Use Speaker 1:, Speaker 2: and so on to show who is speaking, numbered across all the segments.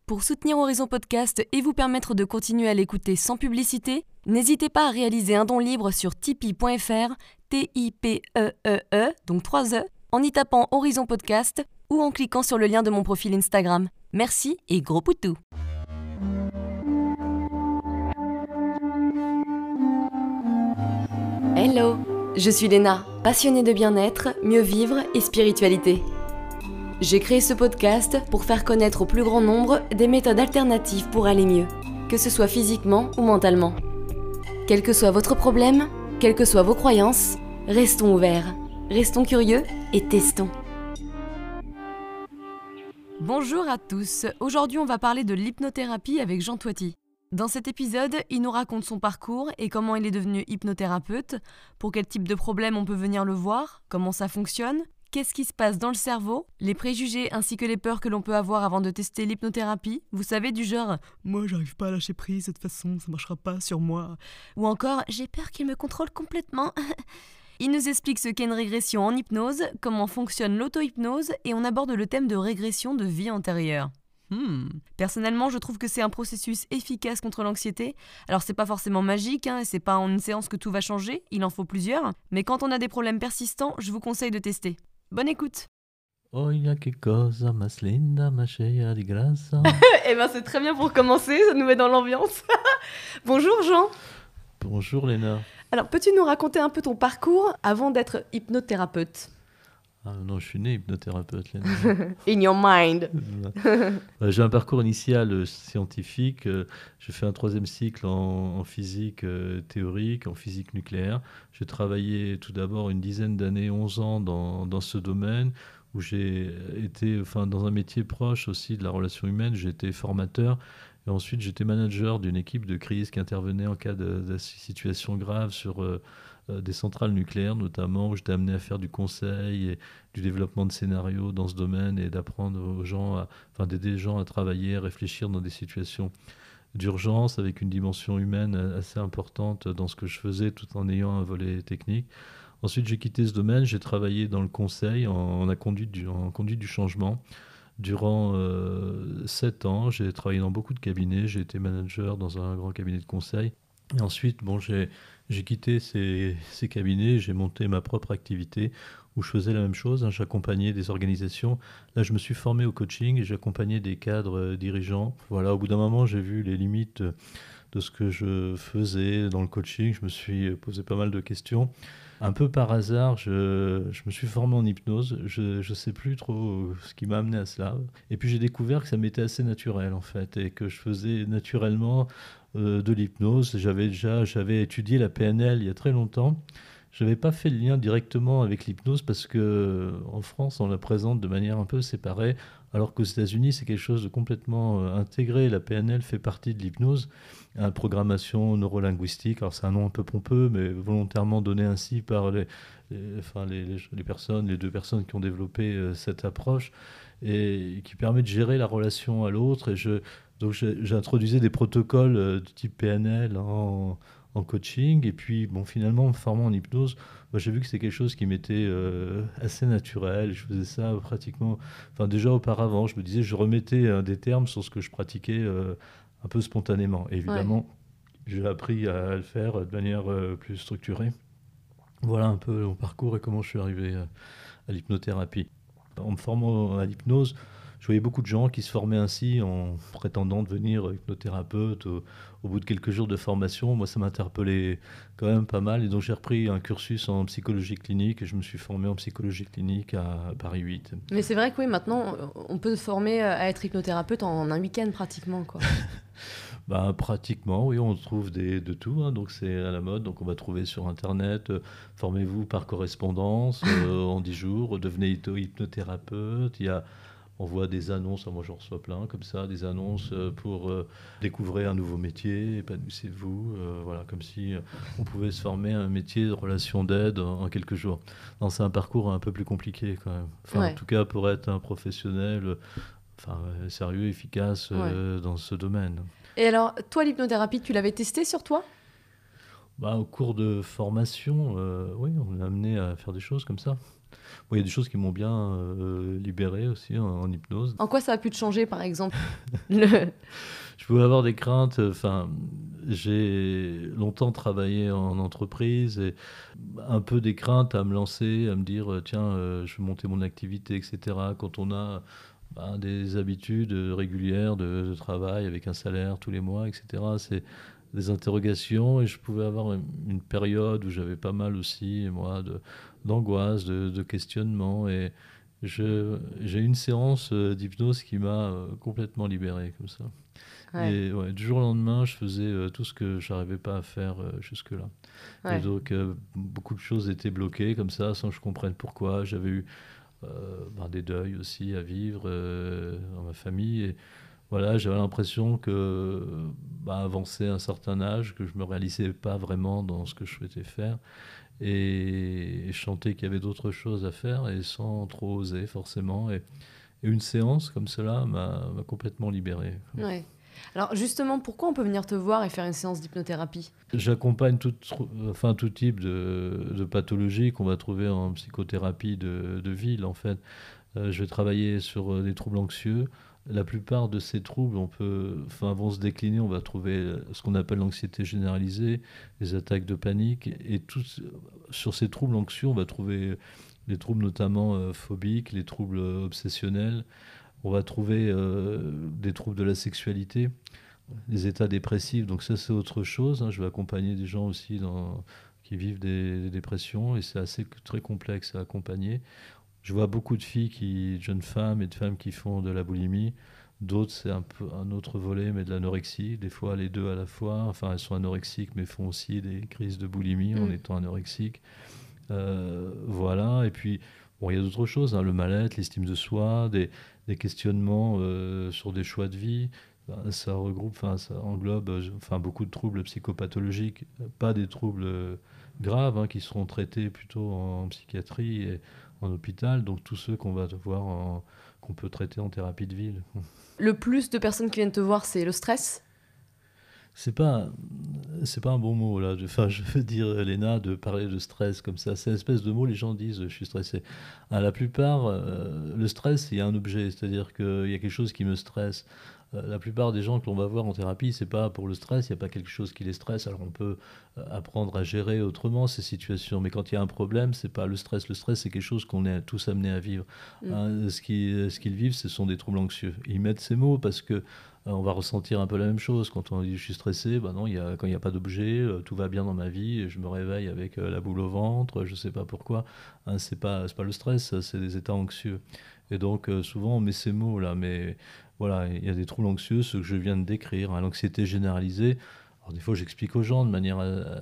Speaker 1: Pour soutenir Horizon Podcast et vous permettre de continuer à l'écouter sans publicité, n'hésitez pas à réaliser un don libre sur tipeee.fr, T-I-P-E-E-E, donc 3 E, en y tapant Horizon Podcast ou en cliquant sur le lien de mon profil Instagram. Merci et gros poutou. Hello, je suis Léna, passionnée de bien-être, mieux vivre et spiritualité. J'ai créé ce podcast pour faire connaître au plus grand nombre des méthodes alternatives pour aller mieux, que ce soit physiquement ou mentalement. Quel que soit votre problème, quelles que soient vos croyances, restons ouverts, restons curieux et testons. Bonjour à tous, aujourd'hui on va parler de l'hypnothérapie avec Jean Toiti. Dans cet épisode, il nous raconte son parcours et comment il est devenu hypnothérapeute, pour quel type de problème on peut venir le voir, comment ça fonctionne, qu'est-ce qui se passe dans le cerveau, les préjugés ainsi que les peurs que l'on peut avoir avant de tester l'hypnothérapie, vous savez, du genre « moi j'arrive pas à lâcher prise de toute façon, ça marchera pas sur moi » ou encore « j'ai peur qu'il me contrôle complètement ». Il nous explique ce qu'est une régression en hypnose, comment fonctionne l'auto-hypnose et on aborde le thème de régression de vie antérieure. Personnellement, je trouve que c'est un processus efficace contre l'anxiété. Alors c'est pas forcément magique, c'est pas en une séance que tout va changer, il en faut plusieurs. Mais quand on a des problèmes persistants, je vous conseille de tester. Bonne écoute.
Speaker 2: Oia che cosa más linda, ma cheia di grassa.
Speaker 1: Eh ben c'est très bien pour commencer, ça nous met dans l'ambiance. Bonjour Jean.
Speaker 2: Bonjour Léna.
Speaker 1: Alors peux-tu nous raconter un peu ton parcours avant d'être hypnothérapeute?
Speaker 2: Ah non, je suis né hypnothérapeute, Léna.
Speaker 1: In your mind.
Speaker 2: J'ai un parcours initial scientifique. J'ai fait un 3e cycle en physique théorique, en physique nucléaire. J'ai travaillé tout d'abord une dizaine d'années, 11 ans dans ce domaine, où j'ai été dans un métier proche aussi de la relation humaine. J'ai été formateur. Et ensuite, j'étais manager d'une équipe de crise qui intervenait en cas de situation grave sur des centrales nucléaires, notamment, où j'étais amené à faire du conseil et du développement de scénarios dans ce domaine et d'apprendre aux gens, d'aider les gens à travailler, à réfléchir dans des situations d'urgence avec une dimension humaine assez importante dans ce que je faisais, tout en ayant un volet technique. Ensuite, j'ai quitté ce domaine, j'ai travaillé dans le conseil en conduite du changement. Durant 7 ans, j'ai travaillé dans beaucoup de cabinets, j'ai été manager dans un grand cabinet de conseil. Et ensuite, j'ai quitté ces cabinets, j'ai monté ma propre activité où je faisais la même chose, j'accompagnais des organisations. Là, je me suis formé au coaching et j'accompagnais des cadres dirigeants. Voilà, au bout d'un moment, j'ai vu les limites de ce que je faisais dans le coaching. Je me suis posé pas mal de questions. Un peu par hasard, je me suis formé en hypnose. Je ne sais plus trop ce qui m'a amené à cela. Et puis j'ai découvert que ça m'était assez naturel en fait et que je faisais naturellement de l'hypnose. J'avais étudié la PNL il y a très longtemps. Je n'avais pas fait le lien directement avec l'hypnose parce qu'en France, on la présente de manière un peu séparée, alors qu'aux États-Unis, c'est quelque chose de complètement intégré. La PNL fait partie de l'hypnose, programmation neurolinguistique. Alors c'est un nom un peu pompeux, mais volontairement donné ainsi par les deux personnes qui ont développé cette approche et qui permet de gérer la relation à l'autre. Donc j'introduisais des protocoles de type PNL en coaching, et puis finalement en me formant en hypnose, j'ai vu que c'était quelque chose qui m'était assez naturel. Je faisais ça pratiquement, déjà auparavant, je me disais, je remettais des termes sur ce que je pratiquais un peu spontanément. Et évidemment, j'ai appris à le faire de manière plus structurée. Voilà un peu mon parcours et comment je suis arrivé à l'hypnothérapie. En me formant à l'hypnose, je voyais beaucoup de gens qui se formaient ainsi en prétendant devenir hypnothérapeute au bout de quelques jours de formation. Moi, ça m'interpellait quand même pas mal. Et donc, j'ai repris un cursus en psychologie clinique et je me suis formé en psychologie clinique à Paris 8.
Speaker 1: Mais c'est vrai que oui, maintenant, on peut se former à être hypnothérapeute en un week-end pratiquement, quoi.
Speaker 2: Pratiquement, oui, on trouve de tout, donc c'est à la mode. Donc on va trouver sur Internet, formez-vous par correspondance en 10 jours, devenez hypnothérapeute. On voit des annonces, moi j'en reçois plein comme ça, des annonces pour découvrir un nouveau métier, épanouissez-vous, voilà, comme si on pouvait se former à un métier de relation d'aide en quelques jours. Non, c'est un parcours un peu plus compliqué quand même. En tout cas, pour être un professionnel sérieux, efficace dans ce domaine.
Speaker 1: Et alors, toi, l'hypnothérapie, tu l'avais testée sur toi ?
Speaker 2: Au cours de formation, oui, on m'a amené à faire des choses comme ça. Bon, il y a des choses qui m'ont bien libéré aussi en hypnose.
Speaker 1: En quoi ça a pu te changer, par exemple? Le-
Speaker 2: Je pouvais avoir des craintes. Enfin, j'ai longtemps travaillé en entreprise et un peu des craintes à me lancer, à me dire tiens, je vais monter mon activité, etc. Quand on a des habitudes régulières de travail avec un salaire tous les mois, etc. C'est des interrogations et je pouvais avoir une période où j'avais pas mal aussi, moi, d'angoisse, de questionnement et j'ai eu une séance d'hypnose qui m'a complètement libéré comme ça.
Speaker 1: Ouais,
Speaker 2: Et ouais, du jour au lendemain, je faisais tout ce que j'arrivais pas à faire jusque-là. Et
Speaker 1: ouais.
Speaker 2: donc, beaucoup de choses étaient bloquées comme ça, sans que je comprenne pourquoi. J'avais eu des deuils aussi à vivre dans ma famille. Et voilà, j'avais l'impression que avancer à un certain âge, que je me réalisais pas vraiment dans ce que je souhaitais faire. Et je sentais qu'il y avait d'autres choses à faire et sans trop oser forcément. Et une séance comme cela m'a complètement libéré.
Speaker 1: Ouais. Alors justement, pourquoi on peut venir te voir et faire une séance d'hypnothérapie?
Speaker 2: J'accompagne tout type de pathologie qu'on va trouver en psychothérapie de ville, en fait. Je vais travailler sur des troubles anxieux. La plupart de ces troubles vont se décliner. On va trouver ce qu'on appelle l'anxiété généralisée, les attaques de panique. Et sur ces troubles anxieux, on va trouver les troubles notamment phobiques, les troubles obsessionnels. On va trouver des troubles de la sexualité, les états dépressifs. Donc ça, c'est autre chose, hein. Je vais accompagner des gens aussi qui vivent des dépressions et c'est très complexe à accompagner. Je vois beaucoup de jeunes femmes et de femmes qui font de la boulimie. D'autres, c'est un peu un autre volet, mais de l'anorexie. Des fois, les deux à la fois. Enfin, elles sont anorexiques, mais font aussi des crises de boulimie en
Speaker 1: Mm.
Speaker 2: étant anorexiques. Voilà. Et puis, bon, il y a d'autres choses, hein, le mal-être, l'estime de soi, des questionnements sur des choix de vie. Ça regroupe, ça englobe beaucoup de troubles psychopathologiques, pas des troubles graves, hein, qui seront traités plutôt en psychiatrie et en hôpital, donc tous ceux qu'on peut traiter en thérapie de ville.
Speaker 1: Le plus de personnes qui viennent te voir, c'est le stress?
Speaker 2: C'est pas, c'est pas un bon mot là. Je veux dire, Léna, de parler de stress comme ça. C'est une espèce de mot, les gens disent je suis stressé. Ah, la plupart, le stress, il y a un objet, c'est-à-dire qu'il y a quelque chose qui me stresse. La plupart des gens que l'on va voir en thérapie, c'est pas pour le stress, il n'y a pas quelque chose qui les stresse. Alors on peut apprendre à gérer autrement ces situations, mais quand il y a un problème, c'est pas le stress. Le stress, c'est quelque chose qu'on est tous amenés à vivre.
Speaker 1: Mm.
Speaker 2: Hein, ce qu'ils vivent, ce sont des troubles anxieux. Ils mettent ces mots parce que on va ressentir un peu la même chose. Quand on dit je suis stressé, non, quand il n'y a pas d'objet, tout va bien dans ma vie, et je me réveille avec la boule au ventre, je ne sais pas pourquoi. Hein, c'est pas le stress, c'est des états anxieux. Et donc souvent on met ces mots-là, mais voilà, il y a des troubles anxieux, ce que je viens de décrire, hein, l'anxiété généralisée. Alors des fois j'explique aux gens de manière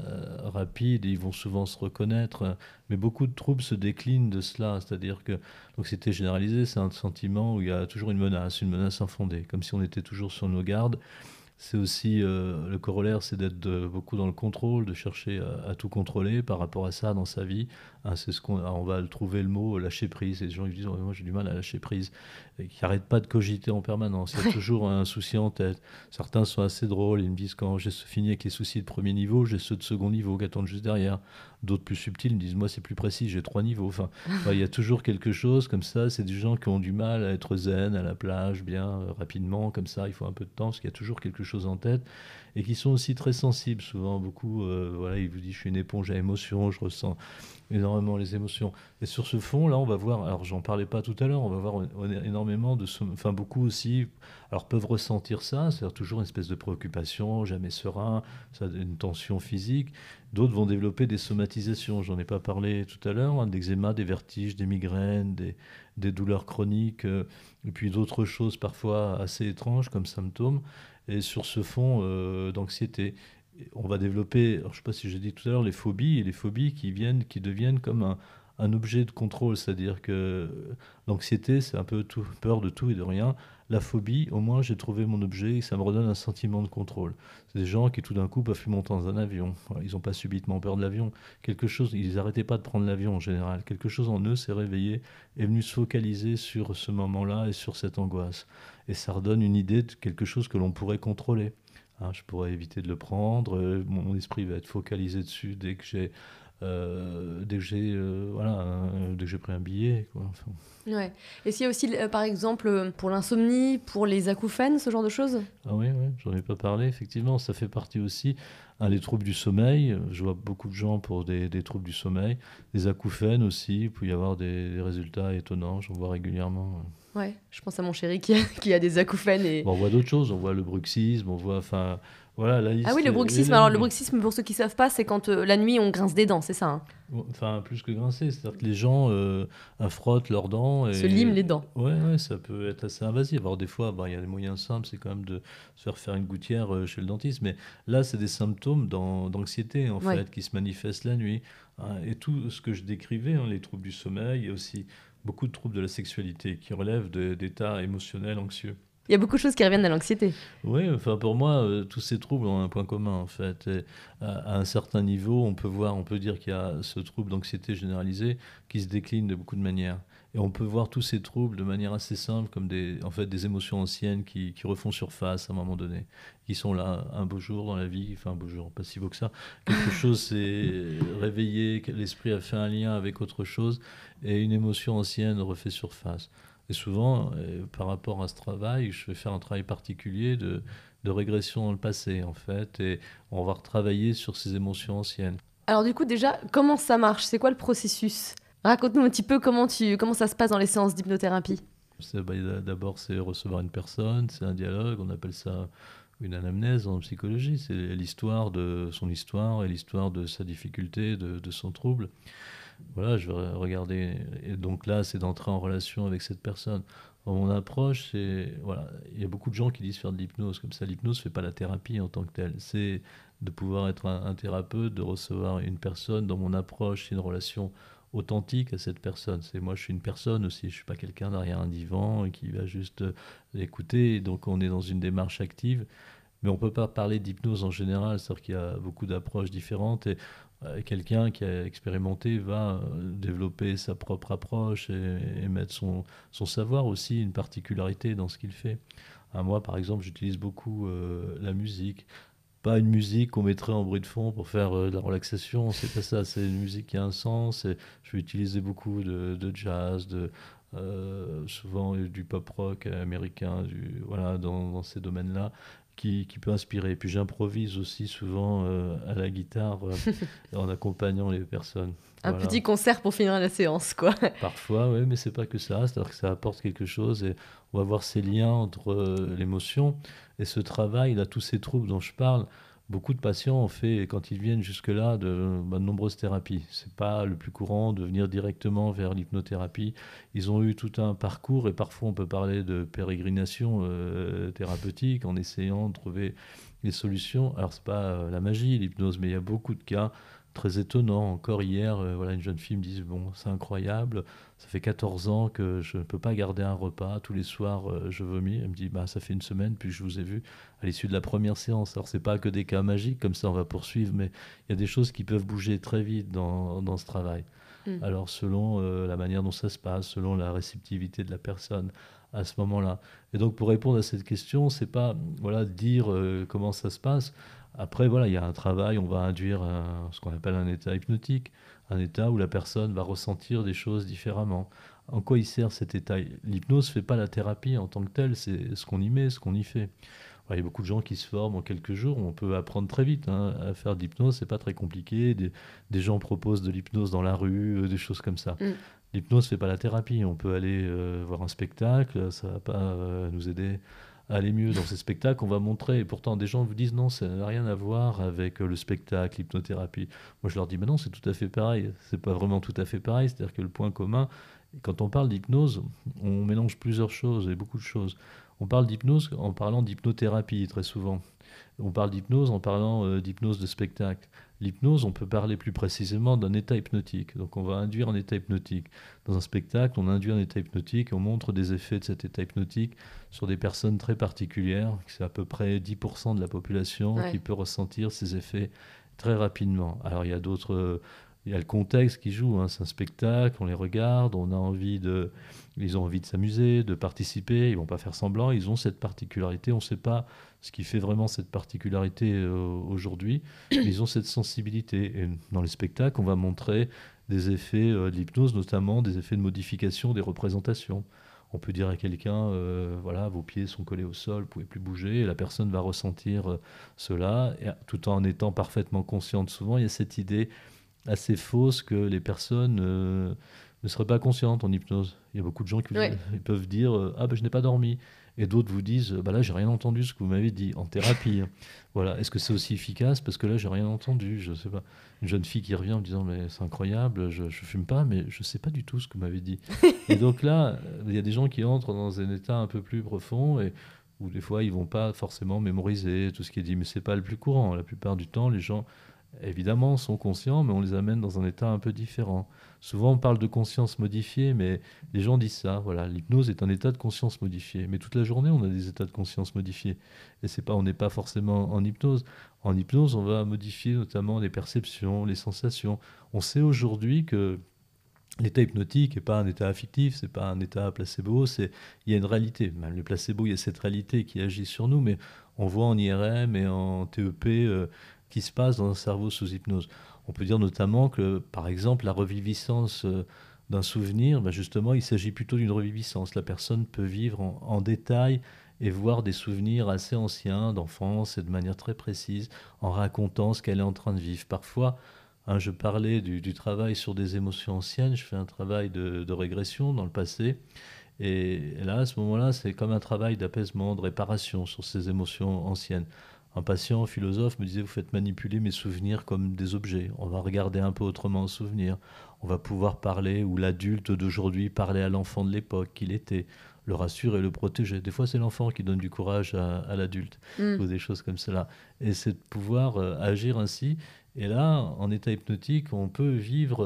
Speaker 2: rapide, et ils vont souvent se reconnaître, mais beaucoup de troubles se déclinent de cela, c'est-à-dire que l'anxiété généralisée, c'est un sentiment où il y a toujours une menace infondée, comme si on était toujours sur nos gardes. C'est aussi le corollaire, c'est d'être beaucoup dans le contrôle, de chercher à tout contrôler par rapport à ça dans sa vie. Hein, on va le trouver le mot lâcher prise. Et les gens ils disent oh, moi j'ai du mal à lâcher prise, et qui n'arrêtent pas de cogiter en permanence. Il y a toujours un souci en tête. Certains sont assez drôles. Ils me disent quand j'ai fini avec les soucis de premier niveau, j'ai ceux de second niveau qui attendent juste derrière. D'autres plus subtils me disent moi c'est plus précis, j'ai 3 niveaux. Il y a toujours quelque chose comme ça. C'est des gens qui ont du mal à être zen à la plage, bien rapidement comme ça. Il faut un peu de temps parce qu'il y a toujours quelque chose en tête et qui sont aussi très sensibles. Souvent, beaucoup, voilà, ils vous disent je suis une éponge à émotions, je ressens énormément les émotions. Et sur ce fond, là, on va voir. Alors, j'en parlais pas tout à l'heure. On va voir énormément beaucoup aussi. Alors, peuvent ressentir ça, c'est-à-dire toujours une espèce de préoccupation, jamais serein, ça, une tension physique. D'autres vont développer des somatisations. J'en ai pas parlé tout à l'heure, hein, d'eczéma, des vertiges, des migraines, des douleurs chroniques, et puis d'autres choses parfois assez étranges comme symptômes. Et sur ce fond d'anxiété, on va développer, alors je ne sais pas si j'ai dit tout à l'heure, les phobies, et les phobies qui deviennent comme un objet de contrôle, c'est-à-dire que l'anxiété, c'est un peu tout, peur de tout et de rien. La phobie, au moins, j'ai trouvé mon objet et ça me redonne un sentiment de contrôle. C'est des gens qui, tout d'un coup, peuvent plus monter dans un avion. Voilà, ils n'ont pas subitement peur de l'avion. Quelque chose, ils n'arrêtaient pas de prendre l'avion en général. Quelque chose en eux s'est réveillé, est venu se focaliser sur ce moment-là et sur cette angoisse. Et ça redonne une idée de quelque chose que l'on pourrait contrôler. Hein, je pourrais éviter de le prendre, mon esprit va être focalisé dessus dès que j'ai dès que j'ai pris un billet, quoi. Enfin,
Speaker 1: Ouais. Est-ce qu'il y a aussi, par exemple, pour l'insomnie, pour les acouphènes, ce genre de choses?
Speaker 2: ah oui, oui, j'en ai pas parlé, effectivement, ça fait partie aussi des troubles du sommeil. Je vois beaucoup de gens pour des troubles du sommeil, des acouphènes aussi, il peut y avoir des résultats étonnants, j'en vois régulièrement.
Speaker 1: Ouais. Je pense à mon chéri qui a des acouphènes et...
Speaker 2: Bon, on voit d'autres choses, on voit le bruxisme, on voit, enfin, voilà, la
Speaker 1: Ah oui,
Speaker 2: liste
Speaker 1: le
Speaker 2: est
Speaker 1: bruxisme. Alors, le
Speaker 2: longue.
Speaker 1: bruxisme, pour ceux qui savent pas, c'est quand la nuit, on grince des dents, c'est ça, hein?
Speaker 2: Enfin, plus que grincer, c'est-à-dire que les gens frottent leurs dents
Speaker 1: Se liment
Speaker 2: et
Speaker 1: les dents.
Speaker 2: ouais, ouais, ça peut être assez invasif. Alors des fois, il y a des moyens simples, c'est quand même de se faire une gouttière chez le dentiste, mais là, c'est des symptômes d'anxiété en
Speaker 1: Ouais.
Speaker 2: fait qui se manifestent la nuit, hein. Et tout ce que je décrivais, hein, les troubles du sommeil et aussi beaucoup de troubles de la sexualité qui relèvent d'états émotionnels anxieux.
Speaker 1: Il y a beaucoup de choses qui reviennent à l'anxiété.
Speaker 2: Oui, enfin pour moi, tous ces troubles ont un point commun en fait. Et à un certain niveau, on peut dire qu'il y a ce trouble d'anxiété généralisée qui se décline de beaucoup de manières. Et on peut voir tous ces troubles de manière assez simple, comme en fait, des émotions anciennes qui refont surface à un moment donné, qui sont là un beau jour dans la vie, enfin un beau jour, pas si beau que ça. Quelque chose s'est réveillé, que l'esprit a fait un lien avec autre chose, et une émotion ancienne refait surface. Et souvent, par rapport à ce travail, je vais faire un travail particulier de régression dans le passé, en fait, et on va retravailler sur ces émotions anciennes.
Speaker 1: Alors du coup, déjà, comment ça marche? C'est quoi le processus? Raconte-nous un petit peu comment ça se passe dans les séances d'hypnothérapie.
Speaker 2: D'abord, c'est recevoir une personne, c'est un dialogue, on appelle ça une anamnèse en psychologie, c'est l'histoire de son histoire et l'histoire de sa difficulté, de son trouble. Voilà, je vais regarder. Et donc là, c'est d'entrer en relation avec cette personne. Dans mon approche, voilà, il y a beaucoup de gens qui disent faire de l'hypnose. Comme ça, l'hypnose ne fait pas la thérapie en tant que telle. C'est de pouvoir être un thérapeute, de recevoir une personne. Dans mon approche, c'est une relation authentique à cette personne. Moi, je suis une personne aussi. Je ne suis pas quelqu'un derrière un divan qui va juste écouter. Donc, on est dans une démarche active. Mais on ne peut pas parler d'hypnose en général, c'est-à-dire qu'il y a beaucoup d'approches différentes et quelqu'un qui a expérimenté va développer sa propre approche et mettre son savoir aussi, une particularité dans ce qu'il fait. Moi, par exemple, j'utilise beaucoup la musique. Pas une musique qu'on mettrait en bruit de fond pour faire de la relaxation, c'est pas ça, c'est une musique qui a un sens. Et je vais utiliser beaucoup de jazz, souvent du pop rock américain, voilà, dans ces domaines-là qui peut inspirer. Et puis j'improvise aussi souvent à la guitare en accompagnant les personnes.
Speaker 1: Un
Speaker 2: Voilà.
Speaker 1: petit concert pour finir la séance, quoi.
Speaker 2: Parfois, oui, mais c'est pas que ça. C'est-à-dire que ça apporte quelque chose et on va voir ces liens entre l'émotion et ce travail, là, tous ces troubles dont je parle. Beaucoup de patients ont fait, quand ils viennent jusque-là, de nombreuses thérapies. C'est pas le plus courant de venir directement vers l'hypnothérapie. Ils ont eu tout un parcours et parfois on peut parler de pérégrination thérapeutique en essayant de trouver les solutions. Alors c'est pas la magie, l'hypnose, mais il y a beaucoup de cas très étonnant. Encore hier, voilà, une jeune fille me dit, bon, c'est incroyable, ça fait 14 ans que je ne peux pas garder un repas, tous les soirs je vomis. Elle me dit, bah, ça fait une semaine, puis je vous ai vu à l'issue de la première séance. Alors, c'est pas que des cas magiques, comme ça on va poursuivre, mais il y a des choses qui peuvent bouger très vite dans ce travail.
Speaker 1: Mm.
Speaker 2: Alors, selon la manière dont ça se passe, selon la réceptivité de la personne à ce moment-là. Et donc, pour répondre à cette question, c'est pas voilà, dire comment ça se passe. Après, voilà, il y a un travail, on va induire ce qu'on appelle un état hypnotique, un état où la personne va ressentir des choses différemment. En quoi il sert cet état? L'hypnose ne fait pas la thérapie en tant que telle, c'est ce qu'on y met, ce qu'on y fait. Il y a beaucoup de gens qui se forment en quelques jours, on peut apprendre très vite à faire de l'hypnose, c'est pas très compliqué. Des gens proposent de l'hypnose dans la rue, des choses comme ça.
Speaker 1: Mm.
Speaker 2: L'hypnose ne fait pas la thérapie, on peut aller voir un spectacle, ça va pas nous aider à aller mieux dans ces spectacles, on va montrer. Et pourtant, des gens vous disent non, ça n'a rien à voir avec le spectacle, l'hypnothérapie. Moi, je leur dis, mais non, c'est tout à fait pareil. C'est pas vraiment tout à fait pareil. C'est-à-dire que le point commun, quand on parle d'hypnose, on mélange plusieurs choses et beaucoup de choses. On parle d'hypnose en parlant d'hypnothérapie très souvent. On parle d'hypnose en parlant d'hypnose de spectacle. L'hypnose, on peut parler plus précisément d'un état hypnotique. Donc on va induire un état hypnotique. Dans un spectacle, on induit un état hypnotique et on montre des effets de cet état hypnotique sur des personnes très particulières. C'est à peu près 10% de la population
Speaker 1: Ouais.
Speaker 2: qui peut ressentir ces effets très rapidement. Alors il y a d'autres il y a le contexte qui joue, hein. C'est un spectacle, on les regarde, ils ont envie de s'amuser, de participer, ils vont pas faire semblant, ils ont cette particularité, on ne sait pas ce qui fait vraiment cette particularité aujourd'hui, mais ils ont cette sensibilité. Et dans les spectacles, on va montrer des effets de l'hypnose, notamment des effets de modification des représentations. On peut dire à quelqu'un, voilà, vos pieds sont collés au sol, vous ne pouvez plus bouger, et la personne va ressentir cela, et, tout en étant parfaitement consciente. Souvent, il y a cette idée assez fausse que les personnes ne seraient pas conscientes en hypnose. Il y a beaucoup de gens qui
Speaker 3: Ouais.
Speaker 2: ils peuvent dire ah ben je n'ai pas dormi, et d'autres vous disent bah là j'ai rien entendu ce que vous m'avez dit en thérapie. Voilà, est-ce que c'est aussi efficace parce que là j'ai rien entendu, je sais pas. Une jeune fille qui revient en me disant mais c'est incroyable, je fume pas mais je sais pas du tout ce que vous m'avez dit. Et donc là il y a des gens qui entrent dans un état un peu plus profond et où des fois ils vont pas forcément mémoriser tout ce qui est dit, mais c'est pas le plus courant. La plupart du temps les gens évidemment, sont conscients, mais on les amène dans un état un peu différent. Souvent, on parle de conscience modifiée, mais les gens disent ça. Voilà, l'hypnose est un état de conscience modifié. Mais toute la journée, on a des états de conscience modifiés. Et c'est pas, on n'est pas forcément en hypnose. En hypnose, on va modifier notamment les perceptions, les sensations. On sait aujourd'hui que l'état hypnotique n'est pas un état affectif, c'est pas un état placebo, il y a une réalité. Même le placebo, il y a cette réalité qui agit sur nous, mais on voit en IRM et en TEP qui se passe dans un cerveau sous hypnose. On peut dire notamment que, par exemple, la reviviscence d'un souvenir, ben justement, il s'agit plutôt d'une reviviscence. La personne peut vivre en détail et voir des souvenirs assez anciens d'enfance et de manière très précise en racontant ce qu'elle est en train de vivre. Parfois, hein, je parlais du travail sur des émotions anciennes, je fais un travail de régression dans le passé. Et là, à ce moment-là, c'est comme un travail d'apaisement, de réparation sur ces émotions anciennes. Un patient philosophe me disait, vous faites manipuler mes souvenirs comme des objets. On va regarder un peu autrement aux souvenirs. On va pouvoir parler, ou l'adulte d'aujourd'hui parler à l'enfant de l'époque qu'il était, le rassurer, le protéger. Des fois, c'est l'enfant qui donne du courage à l'adulte, ou des choses comme cela. Et c'est de pouvoir agir ainsi. Et là, en état hypnotique, on peut vivre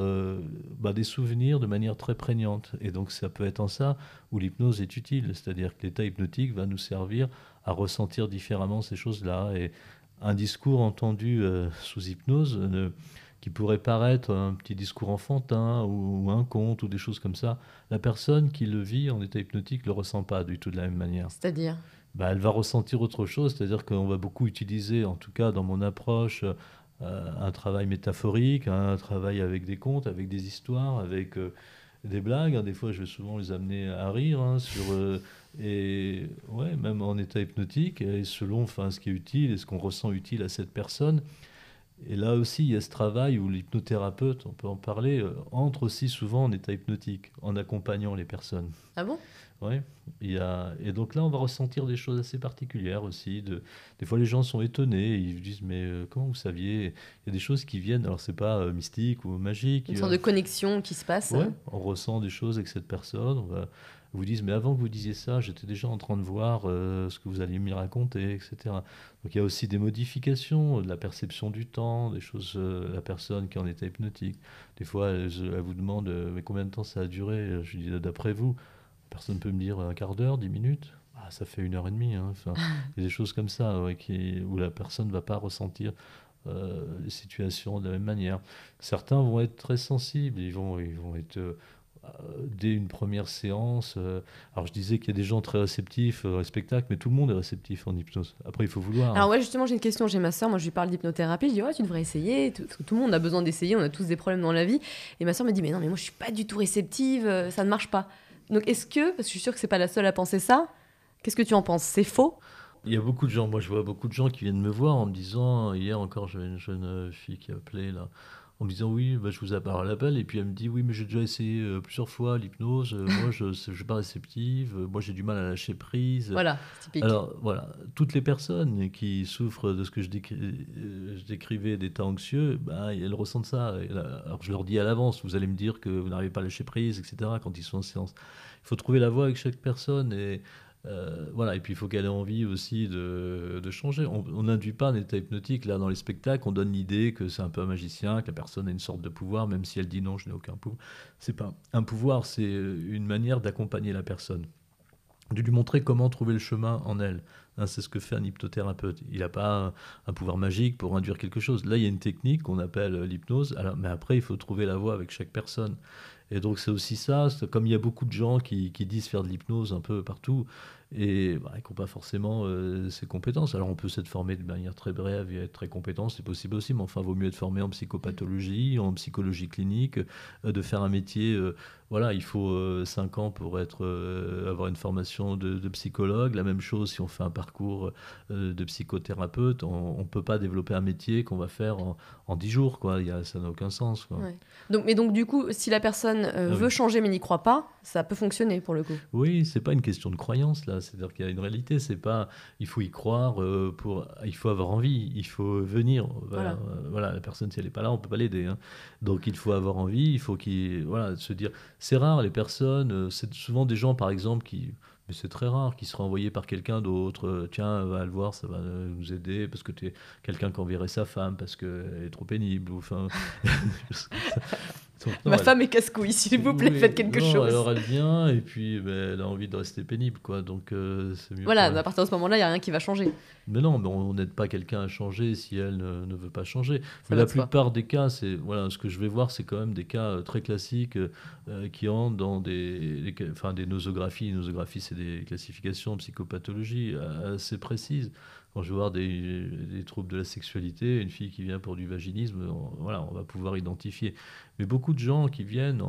Speaker 2: des souvenirs de manière très prégnante. Et donc, ça peut être en ça où l'hypnose est utile. C'est-à-dire que l'état hypnotique va nous servir à ressentir différemment ces choses-là. Et un discours entendu sous hypnose, qui pourrait paraître un petit discours enfantin ou un conte ou des choses comme ça, la personne qui le vit en état hypnotique ne le ressent pas du tout de la même manière.
Speaker 3: C'est-à-dire
Speaker 2: Elle va ressentir autre chose, c'est-à-dire qu'on va beaucoup utiliser, en tout cas dans mon approche, un travail métaphorique, un travail avec des contes, avec des histoires, avec des blagues. Des fois, je vais souvent les amener à rire et ouais, même en état hypnotique, et selon ce qui est utile et ce qu'on ressent utile à cette personne. Et là aussi, il y a ce travail où l'hypnothérapeute, on peut en parler, entre aussi souvent en état hypnotique, en accompagnant les personnes.
Speaker 3: Ah bon?
Speaker 2: Ouais, et donc là, on va ressentir des choses assez particulières aussi. Des fois, les gens sont étonnés, ils disent mais comment vous saviez? Il y a des choses qui viennent, alors c'est pas mystique ou magique.
Speaker 3: Une sorte de connexion qui se passe.
Speaker 2: Ouais, on ressent des choses avec cette personne. Vous disent mais avant que vous disiez ça, j'étais déjà en train de voir ce que vous alliez me raconter, etc. Donc il y a aussi des modifications de la perception du temps, des choses, la personne qui est en état hypnotique. Des fois, elle vous demande mais combien de temps ça a duré? Je lui dis d'après vous. Personne peut me dire un quart d'heure, 10 minutes. Ça fait 1 heure et demie. Hein. Enfin, il y a des choses comme ça où la personne ne va pas ressentir les situations de la même manière. Certains vont être très sensibles. Ils vont être, dès une première séance... alors je disais qu'il y a des gens très réceptifs au spectacle, mais tout le monde est réceptif en hypnose. Après, il faut vouloir.
Speaker 3: Alors ouais, justement, j'ai une question. J'ai ma soeur, moi je lui parle d'hypnothérapie. Je dis ouais, tu devrais essayer. Tout le monde a besoin d'essayer. On a tous des problèmes dans la vie. Et ma soeur me dit mais non, mais moi je suis pas du tout réceptive. Ça ne marche pas. Donc est-ce que, parce que je suis sûre que c'est pas la seule à penser ça, qu'est-ce que tu en penses? C'est faux?
Speaker 2: Il y a beaucoup de gens, moi je vois beaucoup de gens qui viennent me voir en me disant, hier encore j'avais une jeune fille qui appelait là, en me disant oui, je vous appelle à l'appel, et puis elle me dit oui mais j'ai déjà essayé plusieurs fois l'hypnose, moi je ne suis pas réceptive, moi j'ai du mal à lâcher prise.
Speaker 3: Voilà, c'est typique.
Speaker 2: Alors voilà, toutes les personnes qui souffrent de ce que je décrivais d'état anxieux, elles ressentent ça. Alors je leur dis à l'avance, vous allez me dire que vous n'arrivez pas à lâcher prise, etc. quand ils sont en séance. Il faut trouver la voie avec chaque personne et voilà, et puis il faut qu'elle ait envie aussi de changer. On n'induit pas un état hypnotique. Là, dans les spectacles, on donne l'idée que c'est un peu un magicien, que la personne a une sorte de pouvoir, même si elle dit non, je n'ai aucun pouvoir. C'est pas un pouvoir, c'est une manière d'accompagner la personne, de lui montrer comment trouver le chemin en elle. hein, c'est ce que fait un hypnothérapeute. Il n'a pas un pouvoir magique pour induire quelque chose. Là, il y a une technique qu'on appelle l'hypnose, alors, mais après, il faut trouver la voie avec chaque personne. Et donc, c'est aussi ça, comme il y a beaucoup de gens qui disent faire de l'hypnose un peu partout, et qui n'ont pas forcément ces compétences. Alors, on peut s'être formé de manière très brève et être très compétent, c'est possible aussi, mais enfin, il vaut mieux être formé en psychopathologie, en psychologie clinique, de faire un métier. Voilà, il faut 5 ans pour avoir une formation de psychologue. La même chose si on fait un parcours de psychothérapeute. On ne peut pas développer un métier qu'on va faire en 10 jours, quoi. Ça n'a aucun sens, quoi.
Speaker 3: Ouais. Donc, du coup, si la personne veut changer mais n'y croit pas, ça peut fonctionner pour le coup.
Speaker 2: Oui, c'est pas une question de croyance, là. C'est-à-dire qu'il y a une réalité. C'est pas, il faut y croire, il faut avoir envie, il faut venir. Voilà, la personne, si elle n'est pas là, on ne peut pas l'aider, hein. Donc, il faut avoir envie, il faut se dire. C'est rare, les personnes, c'est souvent des gens, par exemple, mais c'est très rare, qui seraient envoyés par quelqu'un d'autre. Tiens, va le voir, ça va nous aider, parce que tu es quelqu'un qui enverrait sa femme, parce qu'elle est trop pénible. Enfin,
Speaker 3: Ma femme est casse-couille, s'il vous plaît, faites quelque chose.
Speaker 2: Alors elle vient, et puis elle a envie de rester pénible, quoi. Donc c'est mieux.
Speaker 3: Voilà, à partir de ce moment-là, il n'y a rien qui va changer.
Speaker 2: Mais non, mais on n'aide pas quelqu'un à changer si elle ne veut pas changer. Mais la plupart des cas, ce que je vais voir, c'est quand même des cas très classiques qui entrent dans des nosographies. Les nosographies, c'est des classifications de psychopathologie assez précises. Quand je vais voir des troubles de la sexualité, une fille qui vient pour du vaginisme, on va pouvoir identifier. Mais beaucoup de gens qui viennent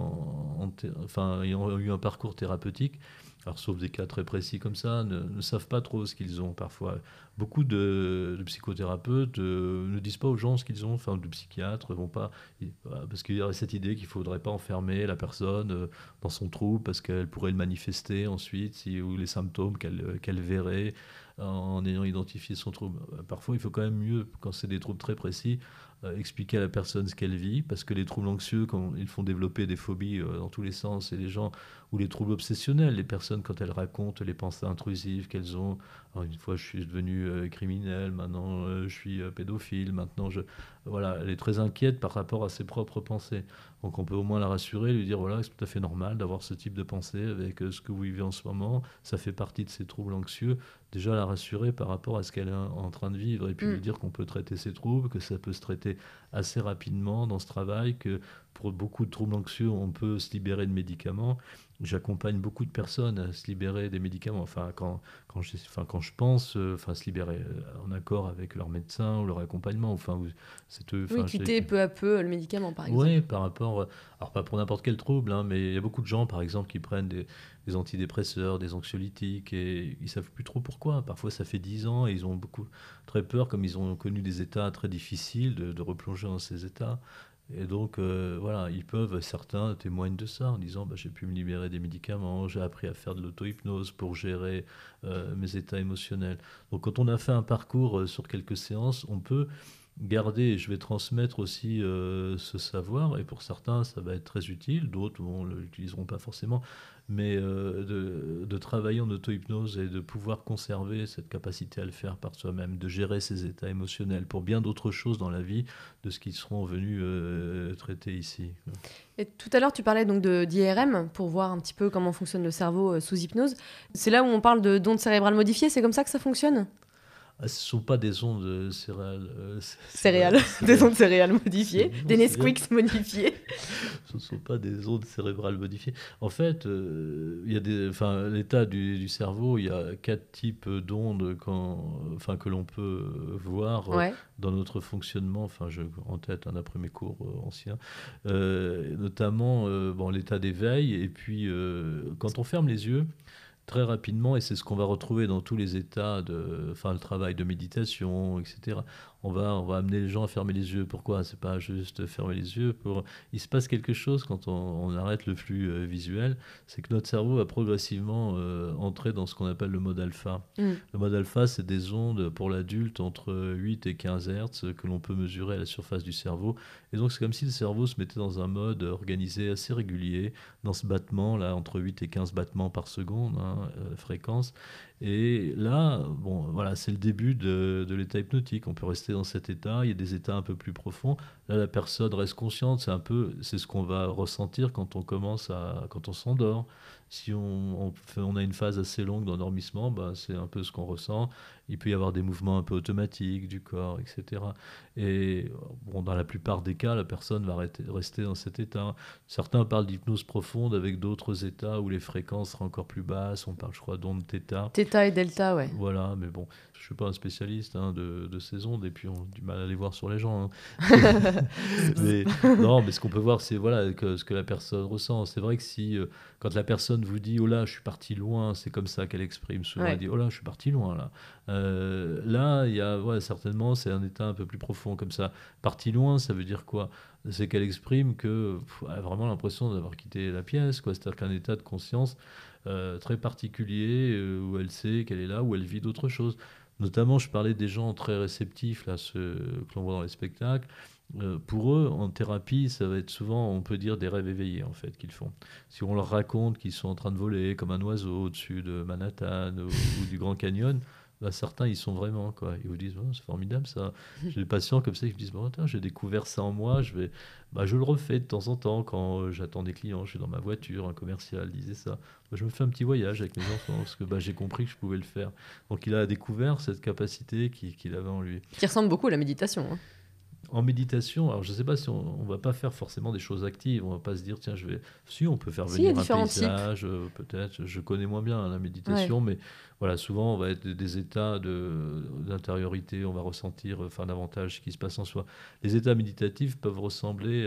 Speaker 2: ayant eu un parcours thérapeutique, alors sauf des cas très précis comme ça, ne savent pas trop ce qu'ils ont parfois. Beaucoup de psychothérapeutes ne disent pas aux gens ce qu'ils ont, enfin de psychiatres vont pas, parce qu'il y aurait cette idée qu'il ne faudrait pas enfermer la personne dans son trouble parce qu'elle pourrait le manifester ensuite, ou les symptômes qu'elle verrait en ayant identifié son trouble. Parfois, il faut quand même mieux, quand c'est des troubles très précis, expliquer à la personne ce qu'elle vit, parce que les troubles anxieux, quand ils font développer des phobies dans tous les sens, et les gens, ou les troubles obsessionnels, les personnes, quand elles racontent les pensées intrusives qu'elles ont, alors, une fois je suis devenu criminel, maintenant je suis pédophile, maintenant voilà, elle est très inquiète par rapport à ses propres pensées. Donc on peut au moins la rassurer, lui dire voilà, c'est tout à fait normal d'avoir ce type de pensée avec ce que vous vivez en ce moment, ça fait partie de ces troubles anxieux. Déjà la rassurer par rapport à ce qu'elle est en train de vivre, et puis lui dire qu'on peut traiter ses troubles, que ça peut se traiter assez rapidement dans ce travail, que pour beaucoup de troubles anxieux, on peut se libérer de médicaments. J'accompagne beaucoup de personnes à se libérer des médicaments, quand je pense, se libérer en accord avec leur médecin ou leur accompagnement.
Speaker 3: Quitter peu à peu le médicament, par exemple.
Speaker 2: Oui, par rapport, alors pas pour n'importe quel trouble, hein, mais il y a beaucoup de gens, par exemple, qui prennent des antidépresseurs, des anxiolytiques, et ils ne savent plus trop pourquoi. Parfois, ça fait 10 ans, et ils ont très peur, comme ils ont connu des états très difficiles, de replonger dans ces états. Et donc, certains témoignent de ça en disant j'ai pu me libérer des médicaments, j'ai appris à faire de l'auto-hypnose pour gérer mes états émotionnels. Donc, quand on a fait un parcours sur quelques séances, on peut garder, et je vais transmettre aussi ce savoir, et pour certains, ça va être très utile, d'autres ne l'utiliseront pas forcément, mais de travailler en auto-hypnose et de pouvoir conserver cette capacité à le faire par soi-même, de gérer ses états émotionnels pour bien d'autres choses dans la vie de ce qu'ils seront venus traiter ici.
Speaker 3: Et tout à l'heure, tu parlais donc d'IRM pour voir un petit peu comment fonctionne le cerveau sous hypnose. C'est là où on parle d'ondes cérébrales modifiées, c'est comme ça que ça fonctionne ?
Speaker 2: Ce ne sont pas des ondes céréales.
Speaker 3: Des ondes céréales modifiées, des Nesquik modifiés.
Speaker 2: Ce ne sont pas des ondes cérébrales modifiées. En fait, l'état du cerveau, il y a 4 types d'ondes que l'on peut voir dans notre fonctionnement. J'ai en tête d'après mes cours anciens, notamment l'état d'éveil. Et puis, quand on ferme les yeux, très rapidement, et c'est ce qu'on va retrouver dans tous les états le travail de méditation, etc. On va amener les gens à fermer les yeux. Pourquoi ? C'est pas juste fermer les yeux. Il se passe quelque chose quand on arrête le flux visuel, c'est que notre cerveau va progressivement entrer dans ce qu'on appelle le mode alpha. Le mode alpha, c'est des ondes pour l'adulte entre 8 et 15 Hz que l'on peut mesurer à la surface du cerveau. Et donc c'est comme si le cerveau se mettait dans un mode organisé assez régulier, dans ce battement là, entre 8 et 15 battements par seconde, fréquence. Et là, c'est le début de l'état hypnotique. On peut rester dans cet état. Il y a des états un peu plus profonds. Là, la personne reste consciente. C'est ce qu'on va ressentir quand on s'endort. Si on a une phase assez longue d'endormissement, c'est un peu ce qu'on ressent. Il peut y avoir des mouvements un peu automatiques du corps, etc. Et dans la plupart des cas, la personne va rester dans cet état. Certains parlent d'hypnose profonde avec d'autres états où les fréquences seraient encore plus basses. On parle, je crois, d'ondes θ.
Speaker 3: Theta et delta, ouais.
Speaker 2: Voilà, mais bon, je ne suis pas un spécialiste de ces ondes, et puis on a du mal à les voir sur les gens. Mais ce qu'on peut voir, c'est ce que la personne ressent. C'est vrai que quand la personne vous dit « Oh là, je suis parti loin », c'est comme ça qu'elle exprime souvent. Elle dit « Oh là, je suis parti loin, là ». Là, il y a certainement, c'est un état un peu plus profond comme ça. Parti loin, ça veut dire quoi? C'est qu'elle exprime qu'elle a vraiment l'impression d'avoir quitté la pièce, quoi. C'est-à-dire qu'un état de conscience très particulier où elle sait qu'elle est là, où elle vit d'autres choses. Notamment, je parlais des gens très réceptifs, là, ceux que l'on voit dans les spectacles. Pour eux, en thérapie, ça va être souvent, on peut dire, des rêves éveillés, en fait, qu'ils font. Si on leur raconte qu'ils sont en train de voler comme un oiseau au-dessus de Manhattan ou du Grand Canyon, certains, ils sont vraiment, quoi. Ils vous disent, oh, c'est formidable, ça. J'ai des patients comme ça qui me disent, attends, j'ai découvert ça en moi, je le refais de temps en temps quand j'attends des clients, je suis dans ma voiture, un commercial disait ça. Je me fais un petit voyage avec mes enfants parce que j'ai compris que je pouvais le faire. Donc il a découvert cette capacité qu'il avait en lui.
Speaker 3: Qui ressemble beaucoup à la méditation, hein.
Speaker 2: En méditation, alors je ne sais pas si on ne va pas faire forcément des choses actives, on ne va pas se dire, tiens, si on peut faire venir un paysage, peut-être, je connais moins bien la méditation, mais voilà, souvent on va être des états d'intériorité, on va ressentir davantage ce qui se passe en soi. Les états méditatifs peuvent ressembler,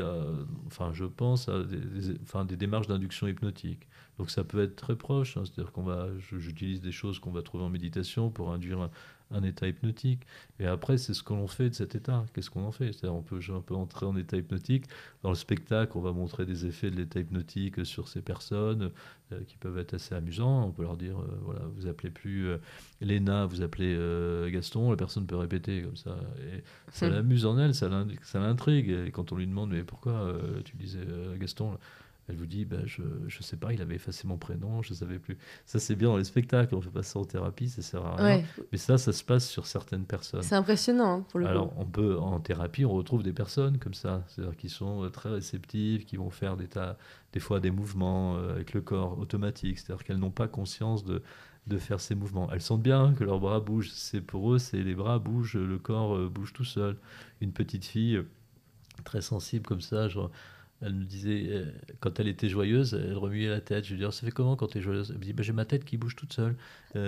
Speaker 2: je pense, à des démarches d'induction hypnotique. Donc ça peut être très proche, hein, c'est-à-dire j'utilise des choses qu'on va trouver en méditation pour induire un état hypnotique. Et après, c'est ce que l'on fait de cet état. Qu'est-ce qu'on en fait? C'est-à-dire, on peut entrer en état hypnotique. Dans le spectacle, on va montrer des effets de l'état hypnotique sur ces personnes qui peuvent être assez amusants. On peut leur dire, vous appelez plus Léna, vous appelez Gaston. La personne peut répéter comme ça. Et ça l'amuse en elle, ça l'intrigue. Et quand on lui demande, mais pourquoi tu disais Gaston, elle vous dit, je sais pas, il avait effacé mon prénom, je savais plus. Ça, c'est bien dans les spectacles, on fait pas ça en thérapie, ça sert à rien. Ouais. Mais ça se passe sur certaines personnes.
Speaker 3: C'est impressionnant, hein, pour le coup.
Speaker 2: Alors, en thérapie, on retrouve des personnes comme ça, c'est-à-dire qui sont très réceptives, qui vont faire des fois des mouvements avec le corps automatiques, c'est-à-dire qu'elles n'ont pas conscience de faire ces mouvements. Elles sentent bien que leurs bras bougent. Pour eux, les bras bougent, le corps bouge tout seul. Une petite fille très sensible comme ça, elle me disait, quand elle était joyeuse, elle remuait la tête. Je lui disais, ça fait comment quand tu es joyeuse? Elle me dit, j'ai ma tête qui bouge toute seule.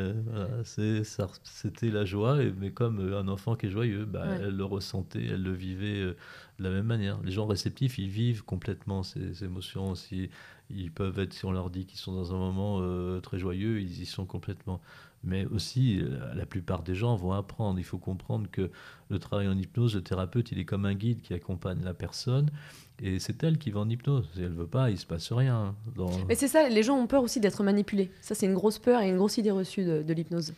Speaker 2: C'était la joie, mais comme un enfant qui est joyeux, elle le ressentait, elle le vivait de la même manière. Les gens réceptifs, ils vivent complètement ces émotions aussi. Ils peuvent être, si on leur dit qu'ils sont dans un moment très joyeux, ils y sont complètement. Mais aussi, la plupart des gens vont apprendre. Il faut comprendre que le travail en hypnose, le thérapeute, il est comme un guide qui accompagne la personne. Et c'est elle qui va en hypnose. Si elle ne veut pas, il ne se passe rien.
Speaker 3: Mais c'est ça, les gens ont peur aussi d'être manipulés. Ça, c'est une grosse peur et une grosse idée reçue de l'hypnose.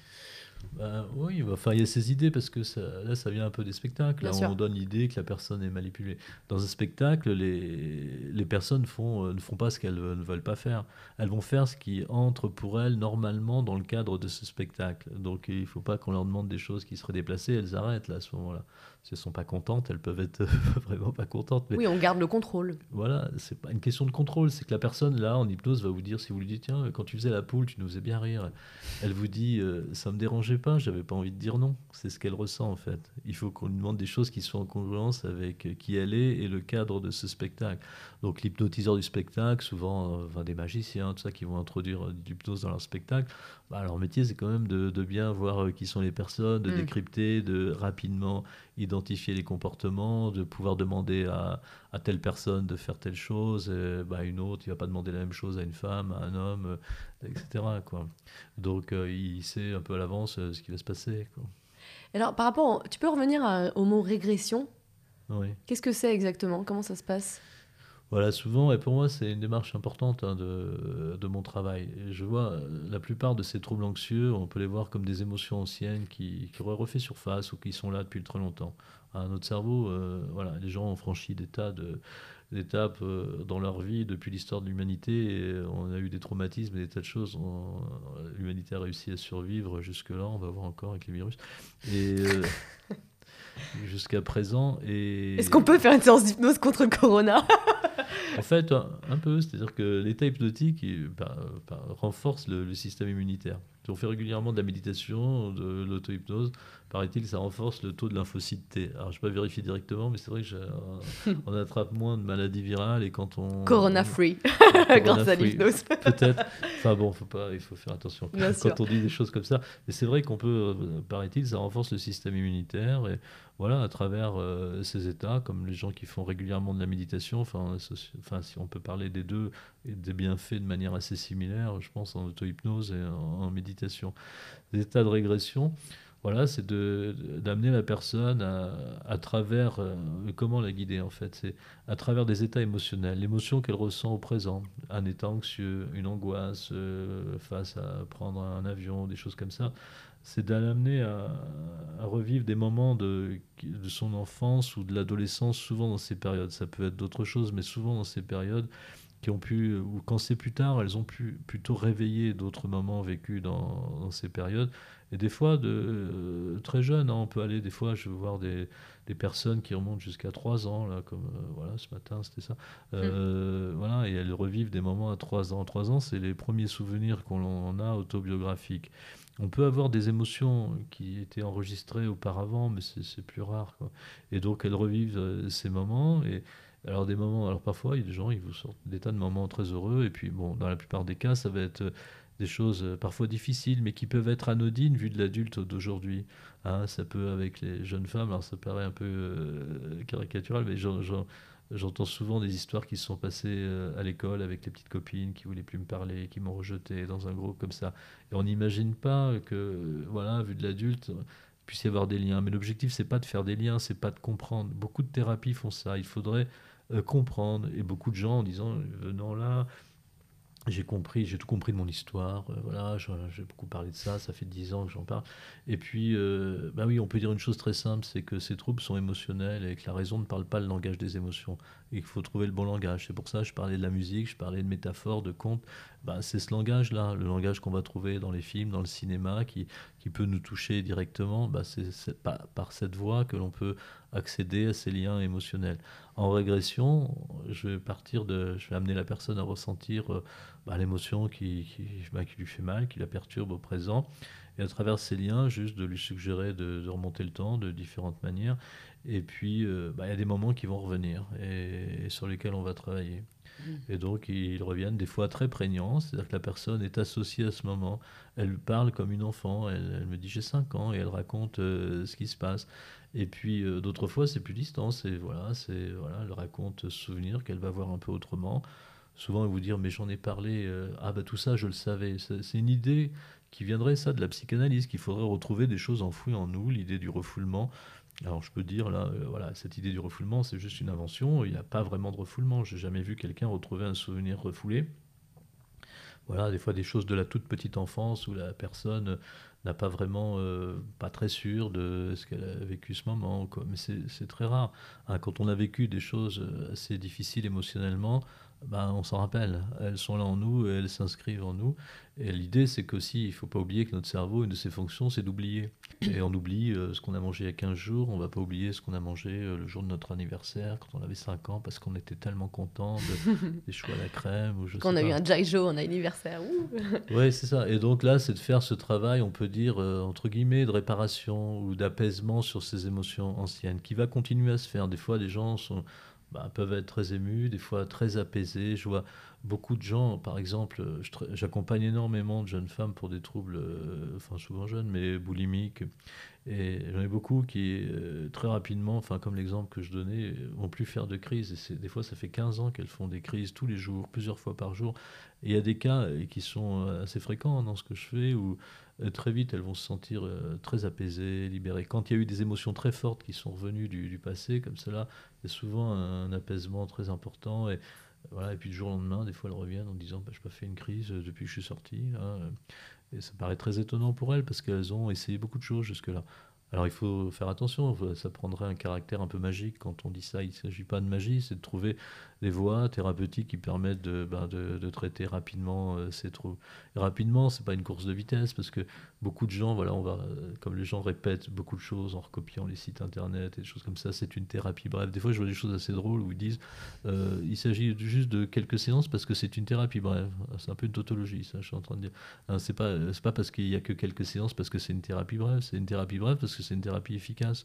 Speaker 2: Oui, il y a ces idées parce que ça vient un peu des spectacles. Là, on donne l'idée que la personne est manipulée. Dans un spectacle, les personnes ne font pas ce qu'elles ne veulent pas faire. Elles vont faire ce qui entre pour elles normalement dans le cadre de ce spectacle. Donc il ne faut pas qu'on leur demande des choses qui seraient déplacées. Elles arrêtent là, à ce moment-là. Si elles ne sont pas contentes, elles peuvent être vraiment pas contentes. Mais
Speaker 3: oui, on garde le contrôle.
Speaker 2: Voilà, c'est pas une question de contrôle. C'est que la personne, là, en hypnose, va vous dire, si vous lui dites, tiens, quand tu faisais la poule, tu nous faisais bien rire. Elle vous dit, ça me dérangeait pas, j'avais pas envie de dire non. C'est ce qu'elle ressent, en fait. Il faut qu'on lui demande des choses qui sont en congruence avec qui elle est et le cadre de ce spectacle. Donc, l'hypnotiseur du spectacle, souvent des magiciens, tout ça, qui vont introduire l'hypnose dans leur spectacle, leur métier, c'est quand même de bien voir qui sont les personnes, de décrypter, de rapidement identifier les comportements, de pouvoir demander à telle personne de faire telle chose, une autre, il ne va pas demander la même chose à une femme, à un homme, etc., quoi. Donc, il sait un peu à l'avance ce qui va se passer, quoi.
Speaker 3: Alors, par rapport, tu peux revenir au mot régression?
Speaker 2: Oui.
Speaker 3: Qu'est-ce que c'est exactement? Comment ça se passe?
Speaker 2: Voilà, souvent, et pour moi, c'est une démarche importante de mon travail. Et je vois la plupart de ces troubles anxieux, on peut les voir comme des émotions anciennes qui auraient refait surface ou qui sont là depuis très longtemps. Notre cerveau, les gens ont franchi des tas d'étapes dans leur vie depuis l'histoire de l'humanité. Et on a eu des traumatismes et des tas de choses. L'humanité a réussi à survivre jusque-là, on va voir encore avec les virus. Et... jusqu'à présent. Et...
Speaker 3: Est-ce qu'on peut faire une séance d'hypnose contre le corona?
Speaker 2: En fait, un peu, c'est-à-dire que l'état hypnotique renforce le système immunitaire. Si on fait régulièrement de la méditation, de l'auto-hypnose, paraît-il, ça renforce le taux de lymphocyte T. Alors, je n'ai pas vérifié directement, mais c'est vrai qu'on attrape moins de maladies virales et quand on...
Speaker 3: Corona-free, grâce à
Speaker 2: Corona-free,
Speaker 3: l'hypnose.
Speaker 2: peut-être. Enfin bon, il faut faire attention
Speaker 3: Bien sûr.
Speaker 2: quand on dit des choses comme ça. Mais c'est vrai qu'on peut, paraît-il, ça renforce le système immunitaire. Et voilà, à travers ces états, comme les gens qui font régulièrement de la méditation, si on peut parler des deux et des bienfaits de manière assez similaire, je pense, en auto-hypnose et en méditation. Les états de régression, voilà, c'est d'amener la personne à travers, comment la guider en fait, c'est à travers des états émotionnels, l'émotion qu'elle ressent au présent, un état anxieux, une angoisse face à prendre un avion, des choses comme ça, c'est de l'amener à revivre des moments de son enfance ou de l'adolescence, souvent dans ces périodes. Ça peut être d'autres choses, mais souvent dans ces périodes qui ont pu, ou quand c'est plus tard, elles ont pu plutôt réveiller d'autres moments vécus dans ces périodes. Et des fois, très jeunes, hein, on peut aller, des fois, je veux voir des personnes qui remontent jusqu'à 3 ans, là, comme voilà, ce matin, c'était ça. Voilà, et elles revivent des moments à 3 ans. 3 ans, c'est les premiers souvenirs qu'on a autobiographiques. On peut avoir des émotions qui étaient enregistrées auparavant, mais c'est plus rare, quoi. Et donc, elles revivent ces moments. Et alors, des moments, alors parfois, il y a des gens, ils vous sortent des tas de moments très heureux. Et puis, bon, dans la plupart des cas, ça va être des choses parfois difficiles, mais qui peuvent être anodines vu de l'adulte d'aujourd'hui. Hein, ça peut, avec les jeunes femmes, alors ça paraît un peu caricatural, mais j'entends souvent des histoires qui se sont passées à l'école avec les petites copines qui voulaient plus me parler, qui m'ont rejeté dans un groupe comme ça. Et on n'imagine pas que, voilà, vu de l'adulte, puisse y avoir des liens. Mais l'objectif, c'est pas de faire des liens, c'est pas de comprendre. Beaucoup de thérapies font ça. Il faudrait comprendre. Et beaucoup de gens en disant, venant là, j'ai tout compris de mon histoire. Voilà, j'ai beaucoup parlé de ça. Ça fait 10 ans que j'en parle. Et puis, bah oui, on peut dire une chose très simple, c'est que ces troubles sont émotionnels et que la raison ne parle pas le langage des émotions. Et qu'il faut trouver le bon langage. C'est pour ça que je parlais de la musique, je parlais de métaphores, de contes. Bah, c'est ce langage-là, le langage qu'on va trouver dans les films, dans le cinéma, qui peut nous toucher directement. Bah, c'est par cette voie que l'on peut accéder à ces liens émotionnels. En régression, je vais amener la personne à ressentir l'émotion qui lui fait mal, qui la perturbe au présent. Et à travers ces liens, juste de lui suggérer de remonter le temps de différentes manières. Et puis, il y a des moments qui vont revenir et sur lesquels on va travailler. Et donc, ils reviennent des fois très prégnants, c'est-à-dire que la personne est associée à ce moment. Elle parle comme une enfant, elle me dit j'ai 5 ans et elle raconte ce qui se passe. Et puis, d'autres fois, c'est plus distant, voilà, elle raconte ce souvenir qu'elle va voir un peu autrement. Souvent, ils vous dire mais j'en ai parlé, ah bah tout ça, je le savais. C'est une idée qui viendrait, ça, de la psychanalyse, qu'il faudrait retrouver des choses enfouies en nous, l'idée du refoulement. Alors je peux dire là, voilà, cette idée du refoulement, c'est juste une invention. Il n'y a pas vraiment de refoulement. J'ai jamais vu quelqu'un retrouver un souvenir refoulé. Voilà, des fois des choses de la toute petite enfance où la personne n'a pas vraiment, pas très sûre de ce qu'elle a vécu ce moment, quoi. Mais c'est très rare. Hein, quand on a vécu des choses assez difficiles émotionnellement, ben, on s'en rappelle. Elles sont là en nous, et elles s'inscrivent en nous. Et l'idée, c'est qu'aussi, il ne faut pas oublier que notre cerveau, une de ses fonctions, c'est d'oublier. Et on oublie ce qu'on a mangé il y a 15 jours, on ne va pas oublier ce qu'on a mangé le jour de notre anniversaire, quand on avait 5 ans, parce qu'on était tellement content des choux à la crème. Ou je
Speaker 3: Quand on
Speaker 2: sais
Speaker 3: a eu
Speaker 2: pas.
Speaker 3: un Jaijo, on a anniversaire.
Speaker 2: Oui, c'est ça. Et donc là, c'est de faire ce travail, on peut dire, entre guillemets, de réparation ou d'apaisement sur ces émotions anciennes, qui va continuer à se faire. Des fois, les gens peuvent être très émus, des fois très apaisés. Je vois beaucoup de gens, par exemple, j'accompagne énormément de jeunes femmes pour des troubles, enfin souvent jeunes, mais boulimiques. Et j'en ai beaucoup qui, très rapidement, enfin comme l'exemple que je donnais, vont plus faire de crise. Et des fois, ça fait 15 ans qu'elles font des crises tous les jours, plusieurs fois par jour. Et il y a des cas qui sont assez fréquents dans ce que je fais, où très vite, elles vont se sentir très apaisées, libérées. Quand il y a eu des émotions très fortes qui sont revenues du passé, comme cela, il y a souvent un apaisement très important. Et, voilà, et puis du jour au lendemain, des fois, elles reviennent en disant je n'ai pas fait une crise depuis que je suis sortie. Là. Et ça paraît très étonnant pour elles, parce qu'elles ont essayé beaucoup de choses jusque-là. Alors il faut faire attention, ça prendrait un caractère un peu magique quand on dit ça. Il ne s'agit pas de magie, c'est de trouver des voies thérapeutiques qui permettent de traiter rapidement ces troubles. Et rapidement, c'est pas une course de vitesse parce que beaucoup de gens, voilà, comme les gens répètent beaucoup de choses en recopiant les sites internet et des choses comme ça, c'est une thérapie brève. Des fois, je vois des choses assez drôles où ils disent il s'agit juste de quelques séances parce que c'est une thérapie brève. C'est un peu une tautologie, ça, je suis en train de dire. Hein, c'est pas parce qu'il y a que quelques séances parce que c'est une thérapie brève, c'est une thérapie brève parce que c'est une thérapie efficace.